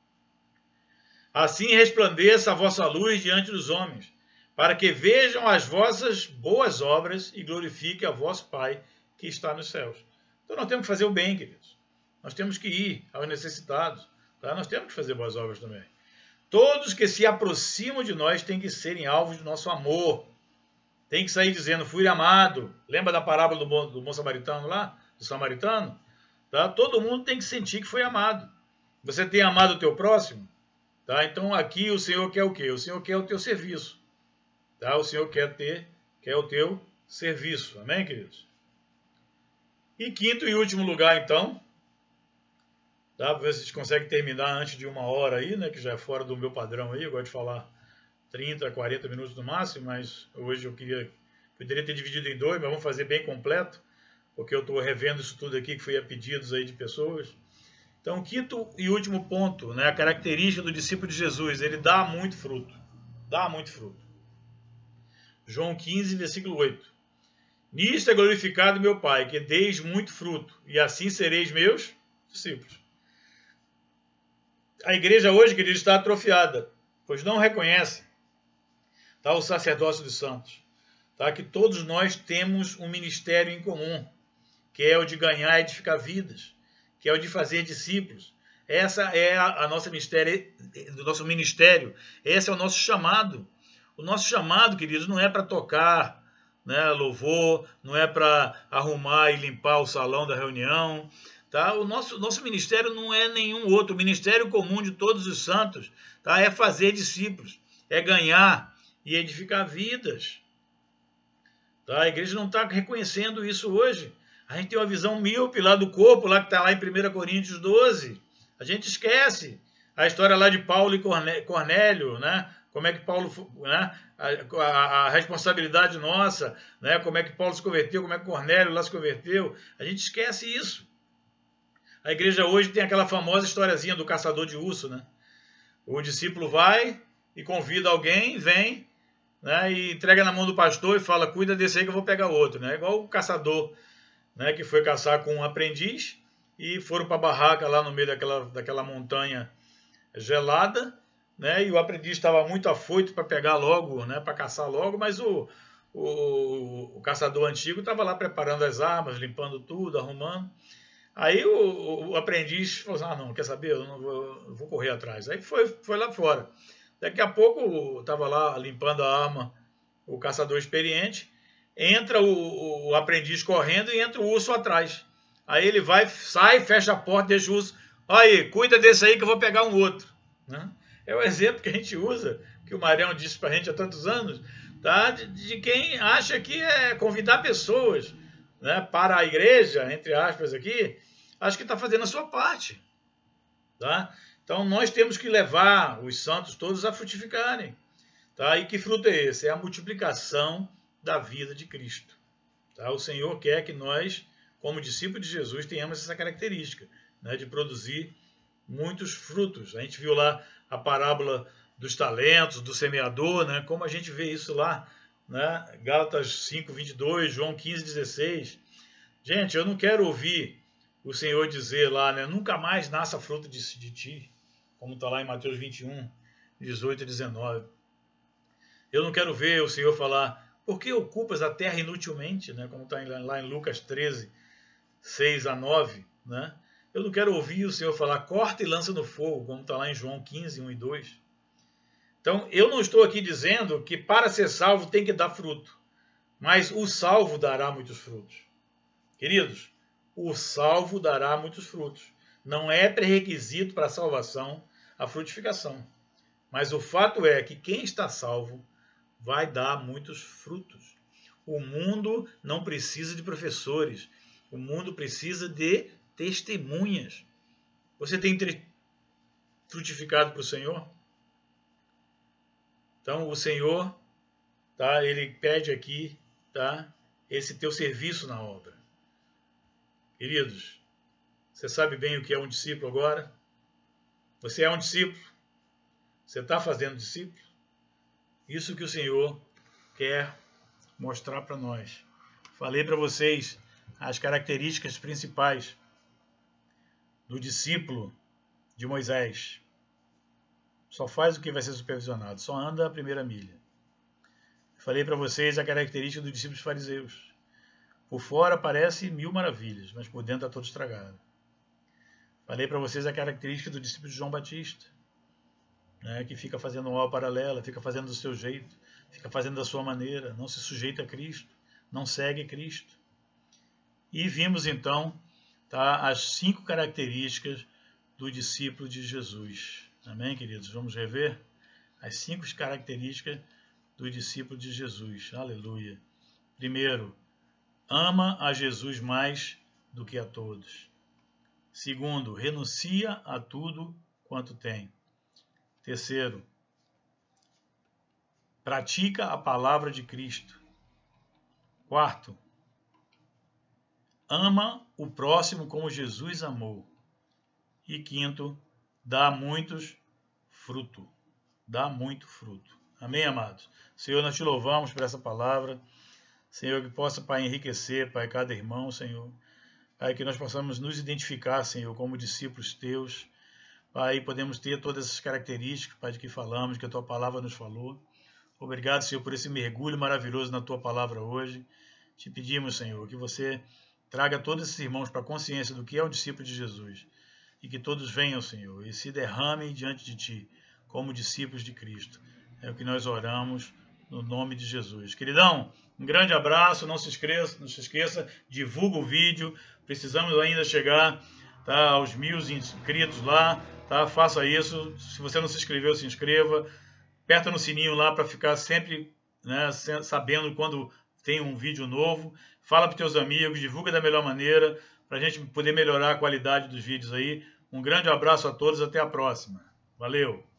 Assim resplandeça a vossa luz diante dos homens, para que vejam as vossas boas obras e glorifiquem a vosso Pai que está nos céus. Então nós temos que fazer o bem, queridos. Nós temos que ir aos necessitados. Tá? Nós temos que fazer boas obras também. Todos que se aproximam de nós têm que serem alvos do nosso amor. Tem que sair dizendo, fui amado. Lembra da parábola do bom samaritano lá? Do samaritano? Tá? Todo mundo tem que sentir que foi amado. Você tem amado o teu próximo? Tá? Então aqui o Senhor quer o quê? O Senhor quer o teu serviço. Tá? O Senhor quer o teu serviço. Amém, queridos? E quinto e último lugar, então. Tá? Para ver se a gente consegue terminar antes de 1 hora aí, né? Que já é fora do meu padrão aí. Eu gosto de falar 30, 40 minutos no máximo, mas hoje eu poderia ter dividido em 2, mas vamos fazer bem completo, porque eu estou revendo isso tudo aqui que foi a pedidos aí de pessoas. Então, quinto e último ponto, né, a característica do discípulo de Jesus, ele dá muito fruto. Dá muito fruto. João 15, versículo 8. Nisto é glorificado meu Pai, que deis muito fruto, e assim sereis meus discípulos. A igreja hoje, querido, está atrofiada, pois não reconhece, tá, o sacerdócio dos santos, tá, que todos nós temos um ministério em comum, que é o de ganhar e edificar vidas, que é o de fazer discípulos. Essa é a nossa do nosso ministério, esse é o nosso chamado. O nosso chamado, queridos, não é para tocar, né, louvor, não é para arrumar e limpar o salão da reunião. Tá? O nosso ministério não é nenhum outro. O ministério comum de todos os santos, tá, é fazer discípulos, é ganhar e edificar vidas. Tá? A igreja não está reconhecendo isso hoje. A gente tem uma visão míope lá do corpo, lá que está lá em 1 Coríntios 12. A gente esquece a história lá de Paulo e Cornélio, né? Como é que Paulo, né? A responsabilidade nossa, né? Como é que Paulo se converteu, como é que Cornélio lá se converteu. A gente esquece isso. A igreja hoje tem aquela famosa historiazinha do caçador de urso, né? O discípulo vai e convida alguém, vem, né? E entrega na mão do pastor e fala, cuida desse aí que eu vou pegar outro, né? Igual o caçador, né? Que foi caçar com um aprendiz e foram para a barraca lá no meio daquela montanha gelada, né? E o aprendiz estava muito afoito para pegar logo, né? Para caçar logo, mas o caçador antigo estava lá preparando as armas, limpando tudo, arrumando. Aí o aprendiz falou assim, não, quer saber, eu não vou correr atrás. Aí foi lá fora. Daqui a pouco estava lá limpando a arma o caçador experiente, entra o aprendiz correndo e entra o urso atrás. Aí ele vai, sai, fecha a porta, deixa o urso, aí, cuida desse aí que eu vou pegar um outro. Né? É o exemplo que a gente usa, que o Marião disse para a gente há tantos anos, tá? de quem acha que é convidar pessoas, né, para a igreja, entre aspas aqui, acho que está fazendo a sua parte. Tá? Então nós temos que levar os santos todos a frutificarem. Tá? E que fruto é esse? É a multiplicação da vida de Cristo. Tá? O Senhor quer que nós, como discípulos de Jesus, tenhamos essa característica, né, de produzir muitos frutos. A gente viu lá a parábola dos talentos, do semeador, né, como a gente vê isso lá, né, Gálatas 5, 22, João 15, 16. Gente, eu não quero ouvir o Senhor dizer lá, né, nunca mais nasça fruto de ti, como está lá em Mateus 21, 18 e 19. Eu não quero ver o Senhor falar, por que ocupas a terra inutilmente, né, como está lá em Lucas 13, 6 a 9, né? Eu não quero ouvir o Senhor falar, corta e lança no fogo, como está lá em João 15, 1 e 2. Então, eu não estou aqui dizendo que para ser salvo tem que dar fruto, mas o salvo dará muitos frutos. Queridos, o salvo dará muitos frutos. Não é pré-requisito para a salvação a frutificação. Mas o fato é que quem está salvo vai dar muitos frutos. O mundo não precisa de professores. O mundo precisa de testemunhas. Você tem frutificado para o Senhor? Então, o Senhor, tá, ele pede aqui, tá, esse teu serviço na obra. Queridos, você sabe bem o que é um discípulo agora? Você é um discípulo? Você está fazendo discípulo? Isso que o Senhor quer mostrar para nós. Falei para vocês as características principais do discípulo de Moisés. Só faz o que vai ser supervisionado, só anda a primeira milha. Falei para vocês a característica dos discípulos fariseus. Por fora parece mil maravilhas, mas por dentro está todo estragado. Falei para vocês a característica do discípulo de João Batista, né, que fica fazendo uma aula paralela, fica fazendo do seu jeito, fica fazendo da sua maneira, não se sujeita a Cristo, não segue Cristo. E vimos então, tá, as 5 características do discípulo de Jesus. Amém, queridos? Vamos rever as 5 características do discípulo de Jesus. Aleluia. Primeiro, ama a Jesus mais do que a todos. Segundo, renuncia a tudo quanto tem. Terceiro, pratica a palavra de Cristo. Quarto, ama o próximo como Jesus amou. E quinto, dá muitos frutos. Dá muito fruto. Amém, amados? Senhor, nós te louvamos por essa palavra. Senhor, que possa, Pai, enriquecer, Pai, cada irmão, Senhor. Pai, que nós possamos nos identificar, Senhor, como discípulos teus. Pai, podemos ter todas essas características, Pai, de que falamos, que a tua palavra nos falou. Obrigado, Senhor, por esse mergulho maravilhoso na tua palavra hoje. Te pedimos, Senhor, que você traga todos esses irmãos para a consciência do que é o discípulo de Jesus. E que todos venham, Senhor, e se derramem diante de ti, como discípulos de Cristo. É o que nós oramos no nome de Jesus. Queridão, um grande abraço, não se esqueça, divulga o vídeo. Precisamos ainda chegar, tá, aos 1000 inscritos lá, tá? Faça isso. Se você não se inscreveu, se inscreva. Aperta no sininho lá para ficar sempre, né, sabendo quando tem um vídeo novo. Fala para os teus amigos, divulga da melhor maneira, para a gente poder melhorar a qualidade dos vídeos aí, Um grande abraço a todos, até a próxima. Valeu!